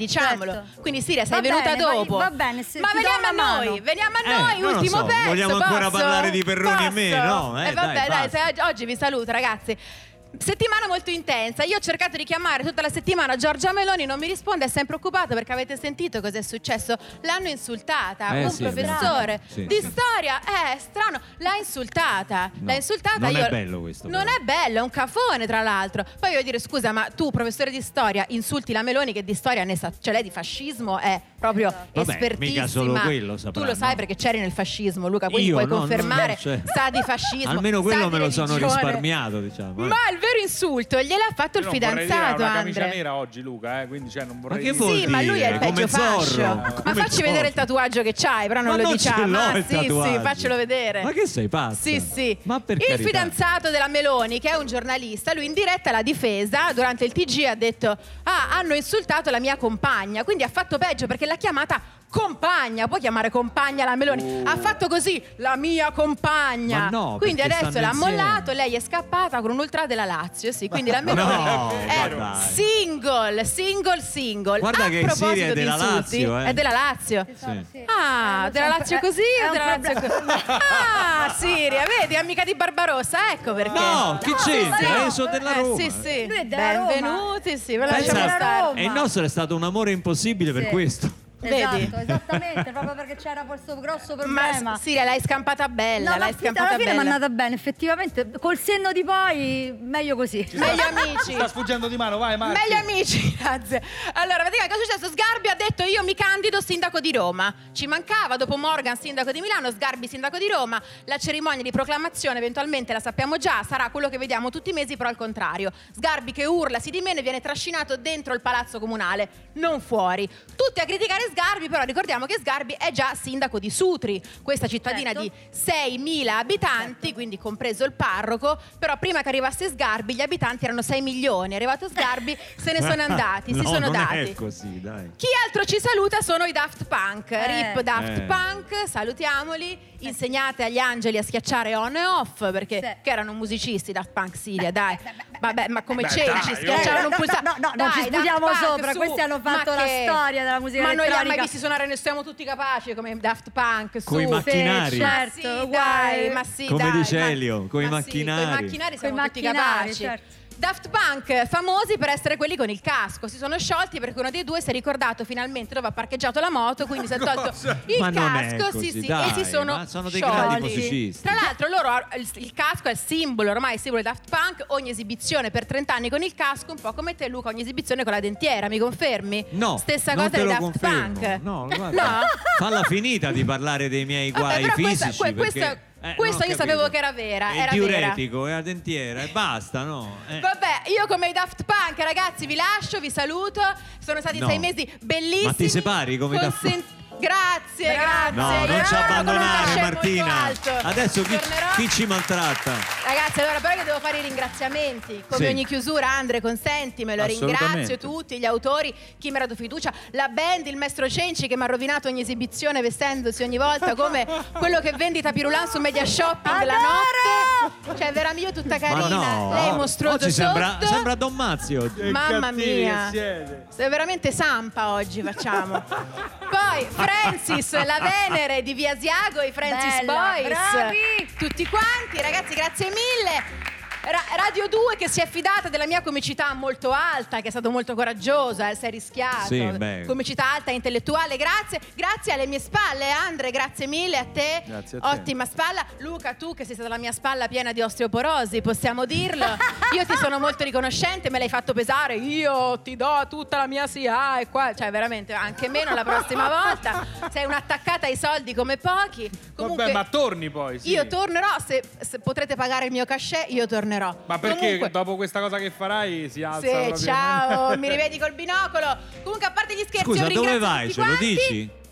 diciamolo. Certo. Quindi Siria, sei Va venuta bene, va- dopo. va bene, se ma ti do veniamo a una mano. noi, veniamo a Eh, noi, non lo ultimo so, pezzo. vogliamo ancora posso? parlare di Perroni e me? Posso? No, eh, E vabbè, dai, dai, basta. se- oggi vi saluto, ragazzi. Settimana molto intensa. Io ho cercato di chiamare tutta la settimana Giorgia Meloni, non mi risponde, è sempre occupato perché avete sentito cosa è successo. L'hanno insultata, Eh, un sì, professore sì, di sì. storia, è strano, l'ha insultata. No, l'ha insultata. non io... è bello questo, Non però. è bello, è un cafone tra l'altro. Poi voglio dire, scusa, ma tu professore di storia insulti la Meloni che di storia ne sa, cioè lei di fascismo è proprio Vabbè, espertissima. mica solo quello tu saprà, lo sai no? perché c'eri nel fascismo, Luca, quindi Io puoi no, confermare, no, cioè- sa di fascismo. Almeno sa quello di me lo sono religione. risparmiato, diciamo. eh. Ma il vero insulto gliel'ha fatto il Io non vorrei dire, ha fidanzato una camicia Andre. nera oggi Luca, eh, quindi cioè non vorrei Ma che dire. vuol Sì, ma lui è il dire? peggio Come fascio. Zorro, Ma come facci Zorro. vedere il tatuaggio che c'hai, però non Ma lo non diciamo. ce l'ho Ah, il sì, sì, tatuaggio. faccelo vedere. Ma che sei pazza? Sì, sì. Ma per il carità. fidanzato della Meloni, che è un giornalista, lui in diretta l'ha difesa durante il T G, ha detto: "Ah, hanno insultato la mia compagna". Quindi ha fatto peggio perché l'ha chiamata compagna. Puoi chiamare compagna la Meloni? Ha fatto così, la mia compagna. Ma no, quindi perché adesso stanno l'ha insieme. mollato, lei è scappata con un ultra della Lazio, sì, quindi la Meloni No, è ma dai. single, single, single. Guarda A che proposito Siria è di della insulti, Lazio, eh. è della Lazio. Sì. Ah, della Lazio così è o un della Lazio problema. così? Ah, Siria, vedi, amica di Barbarossa, ecco perché. No, chi c'entra? Io sono della Eh, Roma. sì, sì. Lui è della Roma. Benvenuti, sì, ve la Pensa- lasciamo stare. Roma. E il nostro è stato un amore impossibile per Sì. questo. Vedi? Esatto, esattamente, proprio perché c'era questo grosso Ma problema. Siria, l'hai scampata bella, No, l'hai ma scampata alla fine mi è bella. andata bene, effettivamente. Col senno di poi, meglio così. Meglio amici. Sta sfuggendo di mano, vai Marti. Meglio amici, grazie. Allora, praticamente cosa è successo? Sgarbi ha detto io mi candido sindaco di Roma. Ci mancava, dopo Morgan sindaco di Milano, Sgarbi sindaco di Roma. La cerimonia di proclamazione eventualmente la sappiamo già, sarà quello che vediamo tutti i mesi, però al contrario. Sgarbi che urla, si dimene, viene trascinato dentro il palazzo comunale, non fuori. Tutti a criticare Sgarbi, però ricordiamo che Sgarbi è già sindaco di Sutri, questa cittadina Certo. di seimila abitanti, quindi compreso il parroco, però prima che arrivasse Sgarbi gli abitanti erano sei milioni, è arrivato Sgarbi, se ne sono andati, si No, sono non dati. è così, dai. Chi altro ci saluta sono i Daft Punk. Eh. Rip Daft Eh. Punk, salutiamoli. Insegnate agli angeli a schiacciare on e off perché Sì. che erano musicisti Daft Punk, Siria, dai. Vabbè, ma come Beh, cenci, dai, schiacciavano oh. un pulsante. No, no, no, non Dai, ci sputiamo Daft Punk, sopra, su. questi hanno fatto Ma la che- storia della musica Ma non li ha mai elettronica. visti suonare, ne siamo tutti capaci come Daft Punk, su. Coi macchinari. Ma Certo, sì, dai, uguale. ma sì, Come dai, dice ma- Elio, coi ma sì, macchinari. coi macchinari siamo Coi tutti macchinari, capaci. certo. Daft Punk, famosi per essere quelli con il casco, si sono sciolti perché uno dei due si è ricordato finalmente dove ha parcheggiato la moto, quindi si è tolto il Ma non è casco, così, sì, sì, dai, e si sono ma sono dei sciolti. grandi musicisti. Tra l'altro loro il, il casco è il simbolo, ormai il simbolo di Daft Punk, ogni esibizione per trenta anni con il casco, un po' come te Luca, ogni esibizione con la dentiera, mi confermi? No, Stessa non cosa te di lo Daft confermo. Punk. No, guarda, No? falla finita di parlare dei miei Vabbè, guai però questa- fisici. que- perché, questa- eh, questa non ho io sapevo capito. che era vera, È era il vera. diuretico, è la dentiera e basta, no? Eh. Vabbè, io come i Daft Punk, ragazzi, vi lascio, vi saluto. Sono stati No. sei mesi bellissimi. Ma ti separi come i Daft Punk? Consen- Grazie, grazie. No, non Io ci torno con un abbandonare cachet Martina. molto alto. Adesso chi, Tornerò. chi ci maltratta? Ragazzi, allora però io devo fare i ringraziamenti. Come Sì. ogni chiusura, Andre, consentimelo. Assolutamente. Ringrazio tutti gli autori, chi mi ha dato fiducia, la band, il maestro Cenci che mi ha rovinato ogni esibizione vestendosi ogni volta come quello che vende i tapirulan su Media Shopping la notte. Cioè, veramente io tutta carina. Ma no, Lei mostruoso oggi sembra, sotto. sembra Don Mazzi oggi. Che Mamma cattivi mia. che siete. È veramente Sampa oggi facciamo. Poi Francis, la Venere di Via Asiago, i Francis Bella, Boys. bravi! Tutti quanti, ragazzi, grazie mille. Ra- Radio due che si è fidata della mia comicità molto alta, che è stato molto coraggiosa, eh, si è rischiato. Sì, beh. Comicità alta, intellettuale, grazie. Grazie alle mie spalle, Andre, grazie mille a te. Grazie a te. Ottima spalla. Luca, tu che sei stata la mia spalla piena di osteoporosi, possiamo dirlo. Io ti sono molto riconoscente, me l'hai fatto pesare. Io ti do tutta la mia S I A e qua, cioè veramente anche meno la prossima volta. Sei un'attaccata ai soldi come pochi. Comunque, Vabbè, ma torni poi, sì. io tornerò, se, se potrete pagare il mio cachet, io tornerò. Ma perché Comunque- dopo questa cosa che farai si alza sì, proprio- ciao, mi rivedi col binocolo. Comunque, a parte gli scherzi, Scusa, io dove ringrazio vai? tutti Ce lo quanti. dici?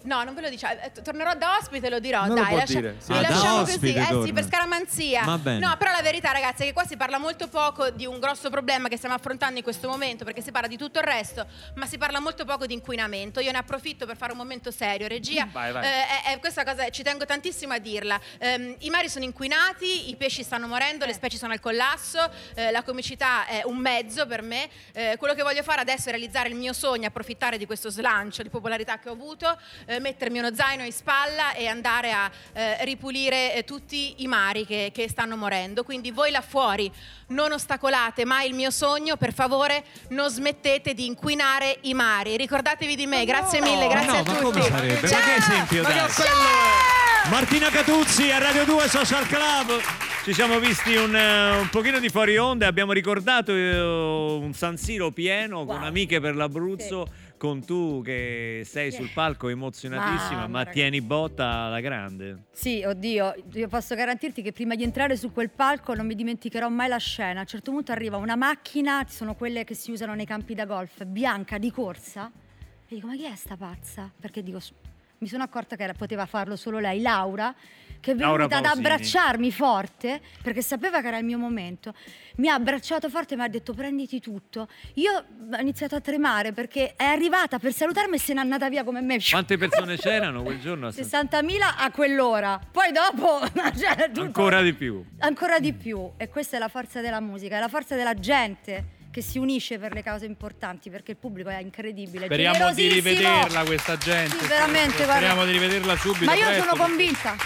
No, non ve lo diciamo. Eh, Tornerò da ospite e lo dirò. Non Dai, lo può lascia- dire. Sì. li Ah, da lasciamo ospite così. Eh torna. sì, per scaramanzia. Va bene. No, però la verità, ragazzi, è che qua si parla molto poco di un grosso problema che stiamo affrontando in questo momento, perché si parla di tutto il resto, ma si parla molto poco di inquinamento. Io ne approfitto per fare un momento serio. Regia, Vai, vai. eh, eh, questa cosa ci tengo tantissimo a dirla. Ehm, I mari sono inquinati, i pesci stanno morendo, le specie sono al collasso, eh, la comicità è un mezzo per me. Eh, quello che voglio fare adesso è realizzare il mio sogno, approfittare di questo slancio di popolarità che ho avuto, eh, mettermi uno zaino in spalla e andare a eh, ripulire eh, tutti i mari che, che stanno morendo. Quindi voi là fuori non ostacolate mai il mio sogno, per favore non smettete di inquinare i mari. Ricordatevi di me, grazie mille, grazie no, a ma tutti. come sarebbe? Ciao! Ma che esempio Ma che dai? appello è? Martina Catuzzi a Radio due Social Club. Ci siamo visti un, uh, un pochino di fuori onda e abbiamo ricordato uh, un San Siro pieno con Wow. Amiche per l'Abruzzo, con tu che sei sul palco emozionatissima, Mamma, ma ragazzi. tieni botta alla grande. Sì, oddio, io posso garantirti che prima di entrare su quel palco non mi dimenticherò mai la scena. A un certo punto arriva una macchina, sono quelle che si usano nei campi da golf, bianca di corsa, e dico: ma chi è sta pazza? Perché dico, mi sono accorta che era, poteva farlo solo lei, Laura, che è Laura venuta ad Pausini. abbracciarmi forte perché sapeva che era il mio momento. Mi ha abbracciato forte e mi ha detto: prenditi tutto. Io ho iniziato a tremare perché è arrivata per salutarmi e se n'è andata via come me. Quante persone c'erano quel giorno? sessantamila a quell'ora, poi dopo cioè, tutto- Ancora di più. ancora di più. E questa è la forza della musica, è la forza della gente che si unisce per le cause importanti, perché il pubblico è incredibile, Speriamo di generosissimo. rivederla questa gente. Sì, veramente, guarda. Speriamo di rivederla subito. Ma io presto, sono perché- convinta.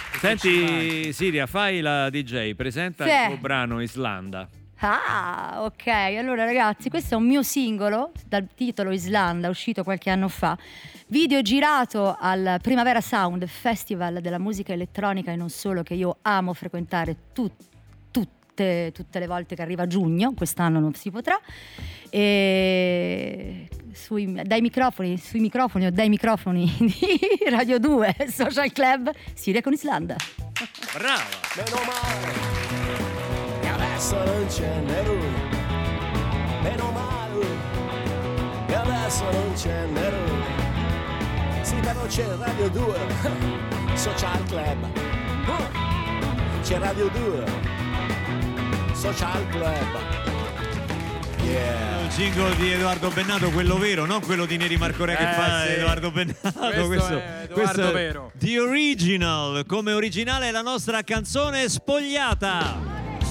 Senti Siria, fai la D J, presenta Sì. il tuo brano Islanda. Ah, ok. Allora ragazzi, questo è un mio singolo dal titolo Islanda, uscito qualche anno fa. Video girato al Primavera Sound, festival della musica elettronica e non solo, che io amo frequentare tut- tutte, tutte le volte che arriva giugno. Quest'anno non si potrà. E sui, dai microfoni, sui microfoni o dai microfoni di Radio due Social Club, Siria con Islanda. Brava! Meno male che adesso non c'è Nerone. Meno male che adesso non c'è Nerone. Sì, però c'è Radio due Social Club. C'è Radio due Social Club. Yeah. Il jingle di Edoardo Bennato, quello vero, non quello di Neri Marco Re che Eh, fa sì. Edoardo Bennato. Questo Questo, è Edoardo questo è vero. The Original, come originale è la nostra canzone Spogliata.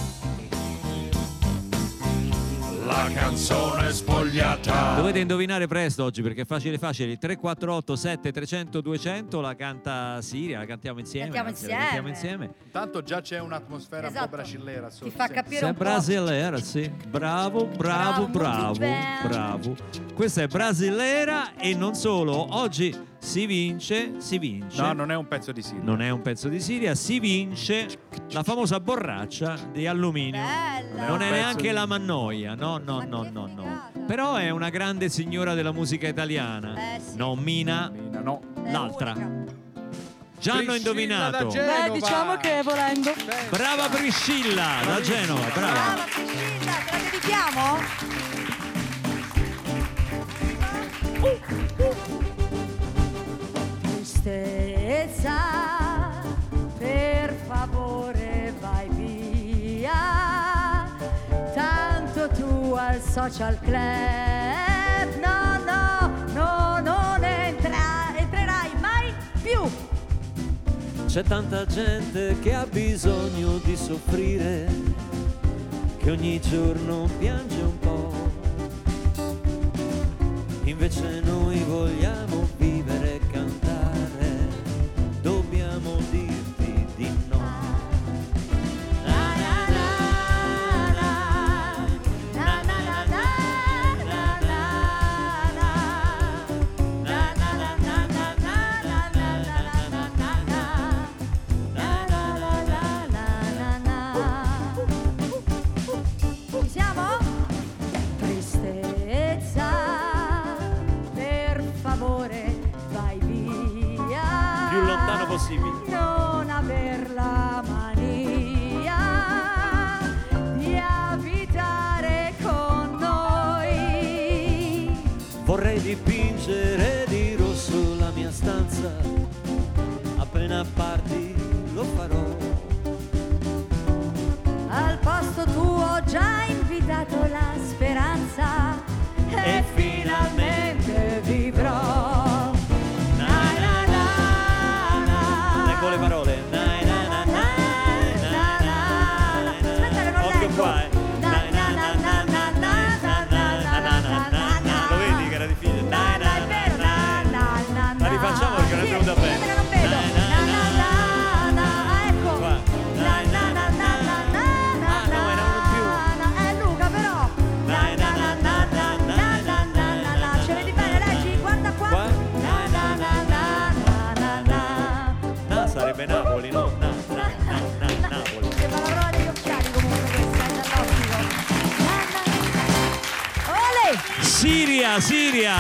La canzone spogliata. Dovete indovinare presto oggi perché è facile facile. tre quattro otto sette trecento duecento la canta Siria, la cantiamo insieme. Cantiamo anzi, la insieme. cantiamo insieme. Tanto già c'è un'atmosfera un Esatto. po' brasillera sotto. Ti fa sì. capire Sei un po'. brasilera, sì. Bravo, bravo, Bravo, bravo, bene. bravo. Questa è brasilera e non solo. Oggi si vince, si vince. No, non è un pezzo di Siria. Non è un pezzo di Siria, si vince la famosa borraccia di alluminio. Bella. Non è Un pezzo neanche di- la Mannoia, no, no, Ma no, che no, no. figata. Però è una grande signora della musica italiana. Eh, sì. Non Mina, Mina, no. È l'altra. unica. Già hanno Priscilla indovinato. da Genova. Beh, diciamo che volendo. Brava Priscilla da Genova, brava. Brava Priscilla, te la dedichiamo? Tristezza, per favore vai via, tanto tu al social club, no, no, no, non entra- entrerai mai più. C'è tanta gente che ha bisogno di soffrire, che ogni giorno piange un po'. Invece noi vogliamo vivere e cantare, dobbiamo dirti di no. Ci siamo? Tristezza, per favore vai via. Più lontano possibile. Non aver la mania di abitare con noi. Vorrei dipingere di rosso sulla mia stanza, appena parti lo farò. Al posto tuo ho già invitato la speranza e finalmente vivrò. Na na na na. Leggo le parole. Na na na na na na na. Occhio qua, eh. Na na na na na na na na na na na. Lo vedi che era difficile? Na na na na na. La rifacciamo perché non è venuta bene. Non vedo. Na na na na. Ecco. Na na na na na na. Ah, no, era uno più. Eh Luca però. Na na na na na na na na na. Ce vedi bene, leggi? Guarda qua. Qua? Na na na na na na na. Na sarebbe Napoli, no? Na na na na Napoli. Che parola di occhiali comunque questa è dall'ottico. Ole! Siria, Siria.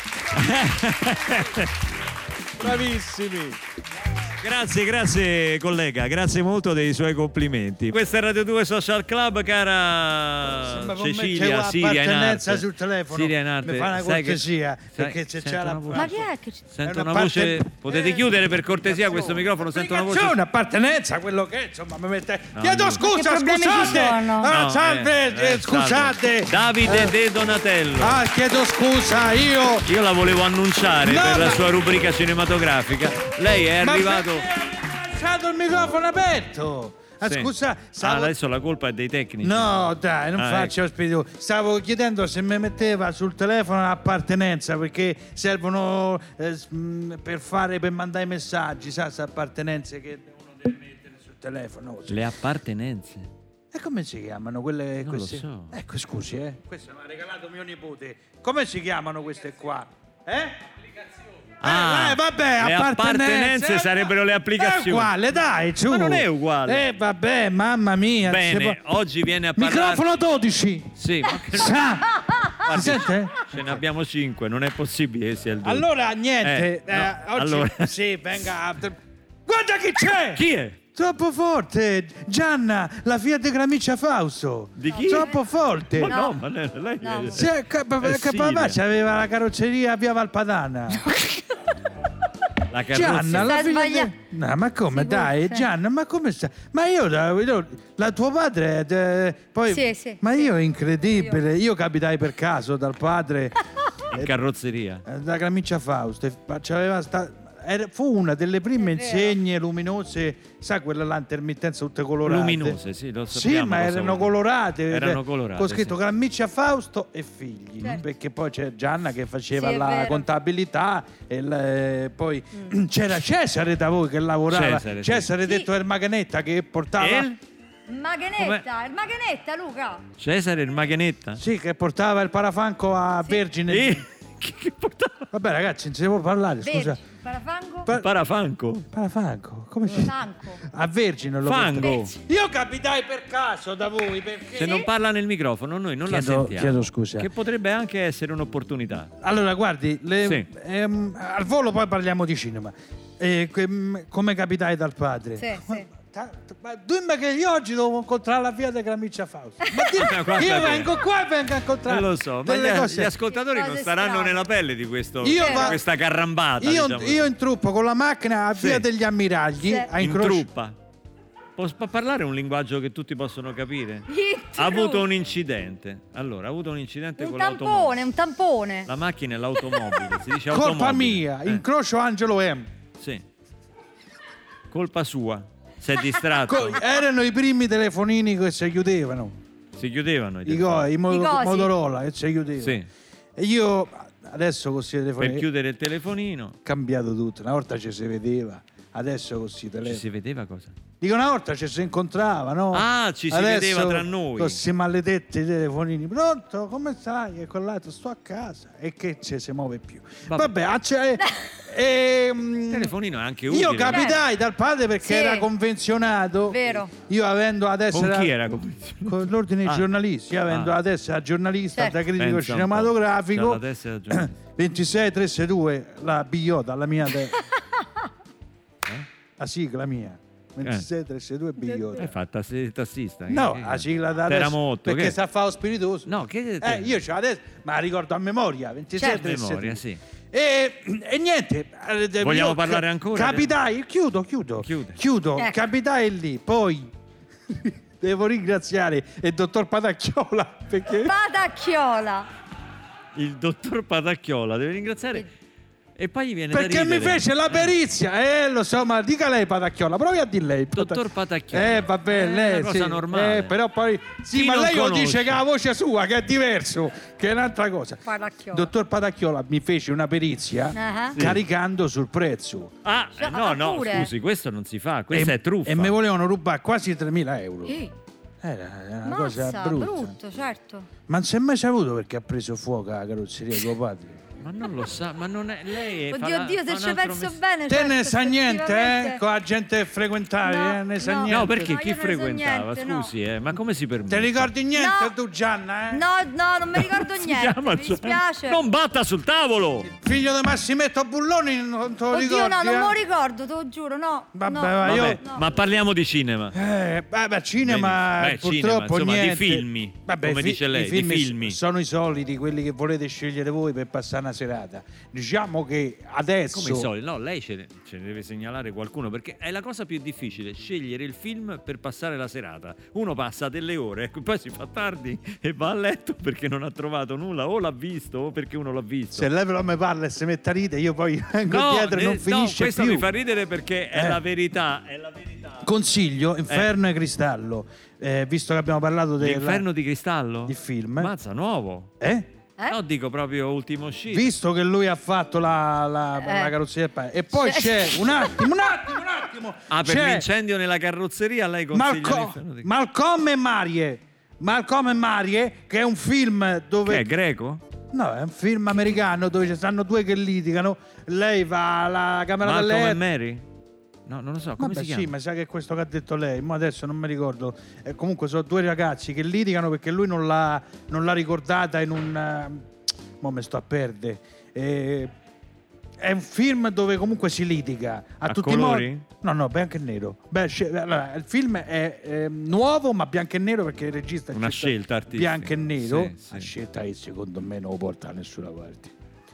Bravissimi. Grazie, grazie collega, grazie molto dei suoi complimenti. Questa è Radio due Social Club, cara Ma con me c'è Cecilia, una Siria in appartenenza arte. sul telefono. Siria in arte. Mi fa una Sai che- cortesia, sai- perché se sento c'è la una voce. Ma chi è che ci... Sento È una una voce. parte- Potete chiudere per cortesia questo microfono? Sento una voce. C'è un'appartenenza, quello che è, insomma, mi mette... No, Chiedo no. scusa, Che problemi ci scusate! sono? Ah, No, salve, eh, eh, eh, scusate! salve. Davide Eh, De Donatello. Ah, chiedo scusa, io... Io la volevo annunciare No, per la ma- sua rubrica cinematografica. Lei è Ma arrivato. perché hai lasciato il microfono aperto? Ah, Sì. scusa, Ah, stavo... adesso la colpa è dei tecnici. No, dai, non Ah, faccio spirito. Stavo chiedendo se mi metteva sul telefono l'appartenenza, perché servono eh, s- mh, per fare, per mandare i messaggi, sa, queste appartenenze che uno deve mettere sul telefono. Le appartenenze. E come si chiamano quelle? Non lo queste? so. Ecco, scusi, eh. Questo mi ha regalato mio nipote. Come si chiamano queste qua? Eh? Ah, eh, vabbè, le appartenenze sarebbero le applicazioni. È uguale, dai, su. Ma non è uguale. Eh, vabbè, mamma mia. Bene, si può- oggi viene a parlare. Microfono dodici. Sì, ma che- Sa. Guardi, Si sente? ce ne abbiamo cinque, non è possibile che sia il due. Allora, niente. Eh, no, eh, oggi allora. sì, venga. Guarda chi c'è! Chi è? Troppo forte! Gianna, la figlia di Gramiccia Fausto! Di chi? Troppo forte! Ma no, ma lei, lei No. è- Sì, che, è che Siria. papà c'aveva la carrozzeria a via Valpadana. La carrozza. Gianna, la Sta figlia sbaglia- di... No, ma come, Sì, dai, sì. Gianna, ma come sta? Ma io, la, io- la tuo padre, è, eh, poi... Sì, sì, ma sì. io è incredibile, io capitai per caso dal padre... In carrozzeria. Eh, da Gramiccia Fausto, e c'aveva sta- era- fu una delle prime È vero. insegne luminose, sa quella là intermittenza tutte colorate. Luminose, sì, lo Sì, sappiamo. ma lo erano sappiamo. colorate. Erano eh, colorate, Con scritto sì. Gramiccia Fausto e figli, Certo. perché poi c'è Gianna che faceva Sì, è la vero. contabilità e il- eh, poi c'era Cesare da voi che lavorava. Cesare, sì. Cesare Sì. detto Ermaganetta che portava El? Maganetta, il Maganetta, Luca. Cesare il Maganetta? Sì, che portava il parafanco a Vergine. Eh, che, che portava? Vabbè, ragazzi, non si può parlare, scusa. Vergi, Parafango, Pa- Parafanco? Parafanco, come si Fanco. A Vergine lo Fango. portavo. Io capitai per caso da voi perché Se non parla nel microfono noi non la Chiedo- sentiamo. chiedo scusa. Che potrebbe anche essere un'opportunità. Allora, guardi, le- Sì. ehm, al volo poi parliamo di cinema. Eh, que- come capitai dal padre? Sì, sì. Ta- Ma dimmi che io oggi devo incontrare la via di Gramiccia Fausto. Ma dimmi, Guarda io che- vengo qua e vengo a incontrare Eh, lo so, ma delle gli, cose. gli ascoltatori non Cose staranno strane. nella pelle di questo, Io di va- questa carrambata. Io, diciamo. io in truppo con la macchina a Sì. via degli Ammiragli Sì. a in incrocio. truppa. Può può parlare un linguaggio che tutti possono capire? In Ha avuto truppa. un incidente. Allora, ha avuto un incidente Un con tampone, l'automobile. un tampone. La macchina e l'automobile. Si dice Colpa automobile. mia, Eh, incrocio Angelo M. Sì. Colpa sua. Si è distratto. Co- erano i primi telefonini che si chiudevano. Si chiudevano i I, co- telefoni. i mo- I cosi. Motorola che si chiudevano. Sì. E io adesso con questi telefoni Per chiudere il telefonino. cambiato tutto. Una volta ci si vedeva, adesso con questi Ci telefoni. si vedeva cosa? Dico, una volta ci si incontrava, no? Ah, ci si Adesso, vedeva tra noi. Con questi maledetti telefonini. Pronto? Come stai? E quell'altro, sto a casa. E che ci si muove più. Vabbè. Vabbè, ah, c'è- ehm, Il telefonino è anche utile. io capitai dal padre perché Sì. era convenzionato. Vero. Io avendo adesso Con chi era convenzionato? con l'ordine dei Ah. giornalisti, io avendo Ah. adesso da giornista, Certo. da critico Pensa un po'. cinematografico. C'ha la testa da giornalista. ventisei trecentoseintadue la B I O, dalla mia te- la sigla mia. ventisei trentadue bigliotti. Hai fatto il tassista? No, che, la sigla da Era adesso, molto. perché che... sta a fare lo spiritoso. No, che eh, io c'ho adesso, ma la ricordo a memoria, ventisei certo. trentadue. Memoria, sì. E, e niente, vogliamo io, parlare ancora? Capitai, chiudo, chiudo, Chiude. chiudo, Ecco. capitai lì, poi devo ringraziare il dottor Patacchiola perché Patacchiola. Il dottor Patacchiola, deve ringraziare. E poi gli viene perché da mi ridere. fece la perizia, eh lo so, ma dica lei Patacchiola, provi a dire lei. Dottor Patacchiola. Eh vabbè, È lei una cosa sì, normale. eh, però poi sì, Chi ma non lei lo conosce? dice che è la voce sua, che è diverso, che è un'altra cosa. Patacchiola. Dottor Patacchiola mi fece una perizia Ah. Sì. caricando sul prezzo. Ah, eh, no, no, pure. scusi, questo non si fa, questa e, è truffa. E mi volevano rubare quasi tremila euro. Eh, Era una Mazza, cosa brutta. brutto, certo. Ma non si è mai saputo perché ha preso fuoco la carrozzeria di tuo padre? Ma non lo sa, ma non è lei. Oddio, fa la- oddio, fa se un ci altro penso mestiere. bene. Te certo, ne sa niente, eh? effettivamente. Con la gente che frequentavi, No, eh? Ne sa no. niente. No, perché No, chi io non ne so frequentava? niente, no. Scusi, eh, ma come si permette? Te ricordi niente No. tu, Gianna, eh? No, no, non mi ricordo Si niente. chiama Mi Gianni. dispiace. Non batta sul tavolo! Figlio di Massimetto Bulloni, non te lo Oddio, ricordi? no, non eh? me lo ricordo, te lo giuro, no. Vabbè, no. va, Vabbè, io... ma parliamo di cinema. Eh, vabbè, cinema Beh, purtroppo cinema, insomma, di niente. filmi, Vabbè, come fi- dice lei, i di film filmi. sono i soliti, quelli che volete scegliere voi per passare una serata. Diciamo che adesso Come i soliti? No, lei ce ne, ce ne deve segnalare qualcuno, perché è la cosa più difficile, scegliere il film per passare la serata. Uno passa delle ore, poi si fa tardi e va a letto perché non ha trovato nulla, o l'ha visto o perché uno l'ha visto. se lei però mi parla e se mette a ridere, io poi vengo No, dietro e non eh, finisce no, questo più. mi fa ridere perché è Eh. la verità, è la verità. Consiglio Inferno e Cristallo, eh, visto che abbiamo parlato del L'inferno di cristallo? di film. Mazza, nuovo. Eh? Eh? No, dico proprio ultimo uscito. Visto che lui ha fatto la, la, Eh. la carrozzeria del pane. E poi c'è un attimo, un attimo, un attimo. Ah, per c'è l'incendio nella carrozzeria lei consiglia Malco- l'inferno di... Malcolm e Marie. Malcolm e Marie, che è un film dove Che è greco? no, è un film americano dove ci stanno due che litigano. Lei va alla camera Malcolm delle e Mary? No, non lo so, come Vabbè, si chiama? sì, ma sa che è questo che ha detto lei, ma adesso non mi ricordo. Eh, comunque sono due ragazzi che litigano perché lui non l'ha, non l'ha ricordata in un... eh, mo me sto a perdere. Eh, è un film dove comunque si litiga. A, A tutti i colori? modi. No, no, bianco e nero. Beh, sce- allora, il film è eh, nuovo, ma bianco e nero perché il regista ha Una scelto scelta artistica. bianco e nero. Sì, sì. La scelta che secondo me non lo porta da nessuna parte.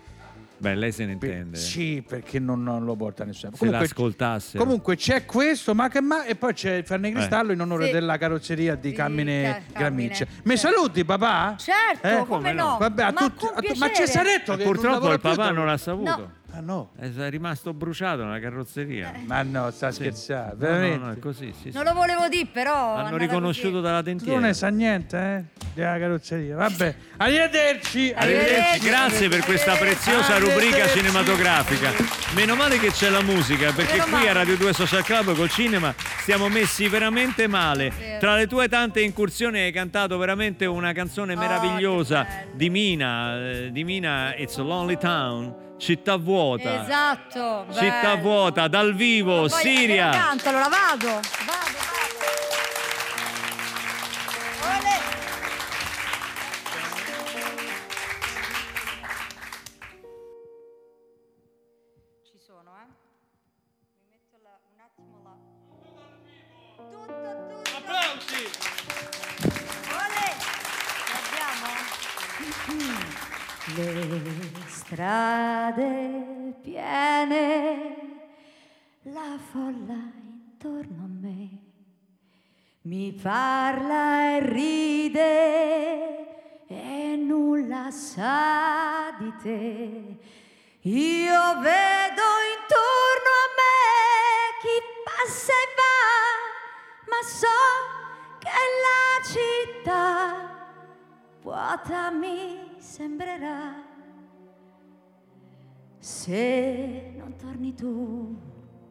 Beh, lei se ne Per- intende. sì, perché non, non lo porta da nessuna parte. Se Comunque, l'ascoltasse. Comunque c'è questo, ma che ma e poi c'è il Farne Cristallo in onore Sì. della carrozzeria di Sì, Carmine Ca- Gramiccia. Carmine, Mi certo. saluti papà? Certo, Eh, come, come no? no? Vabbè, a ma tutti- con a tu- ma piacere. ci sei detto che non Purtroppo lavora il più papà da- non l'ha saputo. No. Ah no, È rimasto bruciato nella carrozzeria. ma no, sta Sì. scherzando, No, veramente. no, no, è così, sì, sì. Non lo volevo dire, però. Hanno andata riconosciuto così. dalla Tu non dentiera. ne sa niente, eh? Della carrozzeria. Vabbè, arrivederci. Arrivederci, grazie per questa preziosa rubrica Arrivederci. cinematografica. Meno male che c'è la musica, perché Meno qui male. a Radio due Social Club col cinema stiamo messi veramente male. Vero. Tra le tue tante incursioni hai cantato veramente una canzone Oh, meravigliosa che bello. di Mina, eh, di Mina It's a Lonely Town, Città vuota. Esatto. Città bello. vuota, dal vivo, Poi, eh, Siria. Canto, allora vado. Vado, vado. Olè. Ci sono, eh? Mi metto la- un attimo là. Tutto, tutto. Applausi! Olè. Abbiamo? Le strade piene, la folla intorno a me mi parla e ride e nulla sa di te. Io vedo intorno a me chi passa e va, ma so che la città vuota mi sembrerà se non torni tu.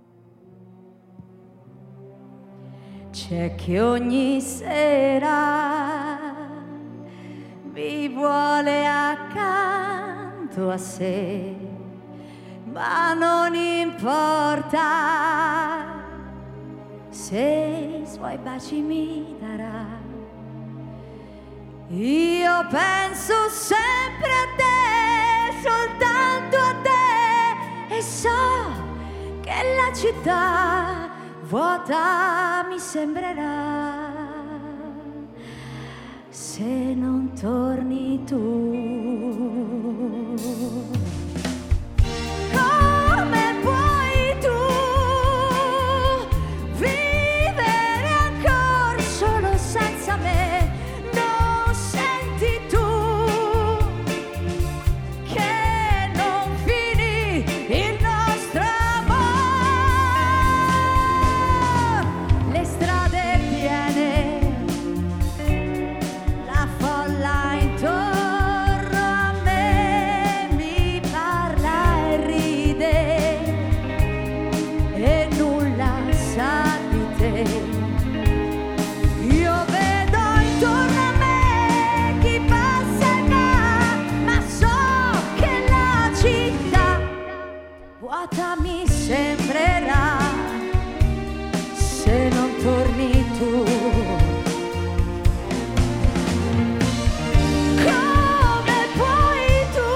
C'è chi ogni sera mi vuole accanto a sé, ma non importa se i suoi baci mi darà. Io penso sempre a te, soltanto a te, e so che la città vuota mi sembrerà se non torni tu. Come puoi tu vivere ancora solo senza me? Non senti tu che non finì il nostro amore? Le strade piene, la folla intorno a me mi parla e ride e nulla sa di te. Io vedo intorno a me chi passa e va, ma so che la città vuota mi sembrerà se non torni tu. Come puoi tu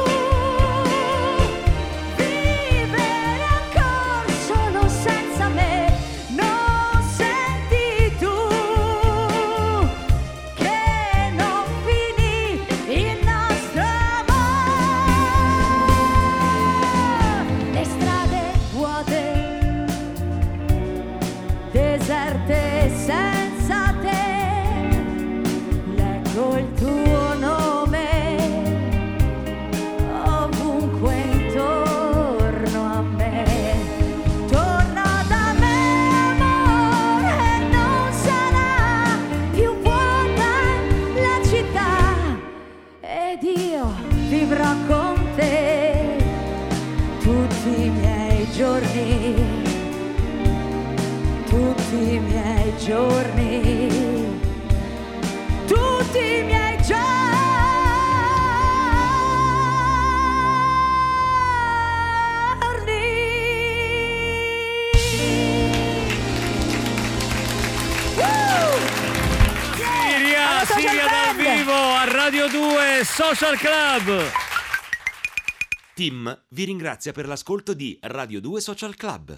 vivere ancora solo senza me? Non senti tu che non finì il nostro amore? Le strade vuote, deserte senza te, leggo il tuo nome ovunque intorno a me. Torna da me amore, non sarà più vuota la città ed io vivrò con te tutti i miei giorni, tutti i miei giorni, tutti i miei Siria, Siria dal vivo a Radio due Social Club. Tim vi ringrazia per l'ascolto di Radio due Social Club.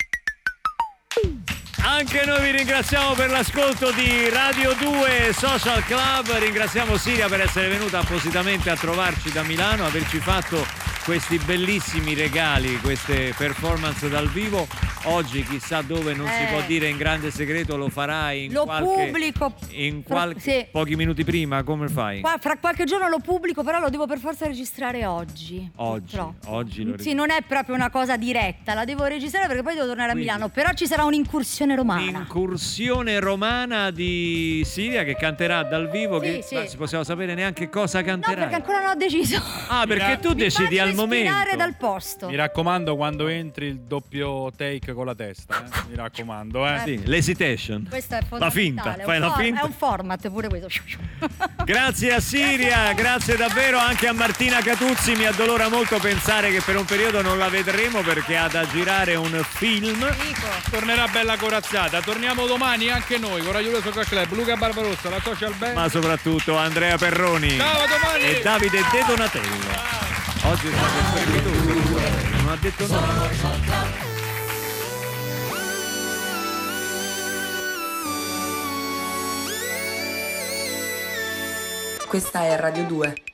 Anche noi vi ringraziamo per l'ascolto di Radio due Social Club, ringraziamo Siria per essere venuta appositamente a trovarci da Milano, averci fatto questi bellissimi regali, queste performance dal vivo. Oggi chissà dove, non Eh. si può dire in grande segreto, lo farai in Lo qualche pubblico in fra- qualche sì. pochi minuti prima, come fai? Qua- fra qualche giorno lo pubblico, però lo devo per forza registrare oggi. Oggi, purtroppo. oggi lo Sì, non è proprio una cosa diretta, la devo registrare perché poi devo tornare Quindi- a Milano, però ci sarà un'incursione romana. Incursione romana di Siria che canterà dal vivo, Sì, che sì. ma si possiamo sapere neanche cosa No, canterai. perché ancora non ho deciso. Ah, perché tu decidi al momento. Ispirare dal posto. Mi raccomando, quando entri il doppio take con la testa, eh? Mi raccomando, eh. Sì, l'hesitation. Questo è La finta, fondamentale, è fai un la for- finta. È un format pure questo. Grazie a Siria, grazie davvero anche a Martina Catuzzi. Mi addolora molto pensare che per un periodo non la vedremo perché ha da girare un film. Tornerà bella corazzata. Torniamo domani anche noi con Radio due Social Club. Luca Barbarossa, la Social Band. Ma soprattutto Andrea Perroni Ciao, a domani. e Davide De Donatello. Oggi è stato strepitoso, non ha detto nulla. Questa è Radio due.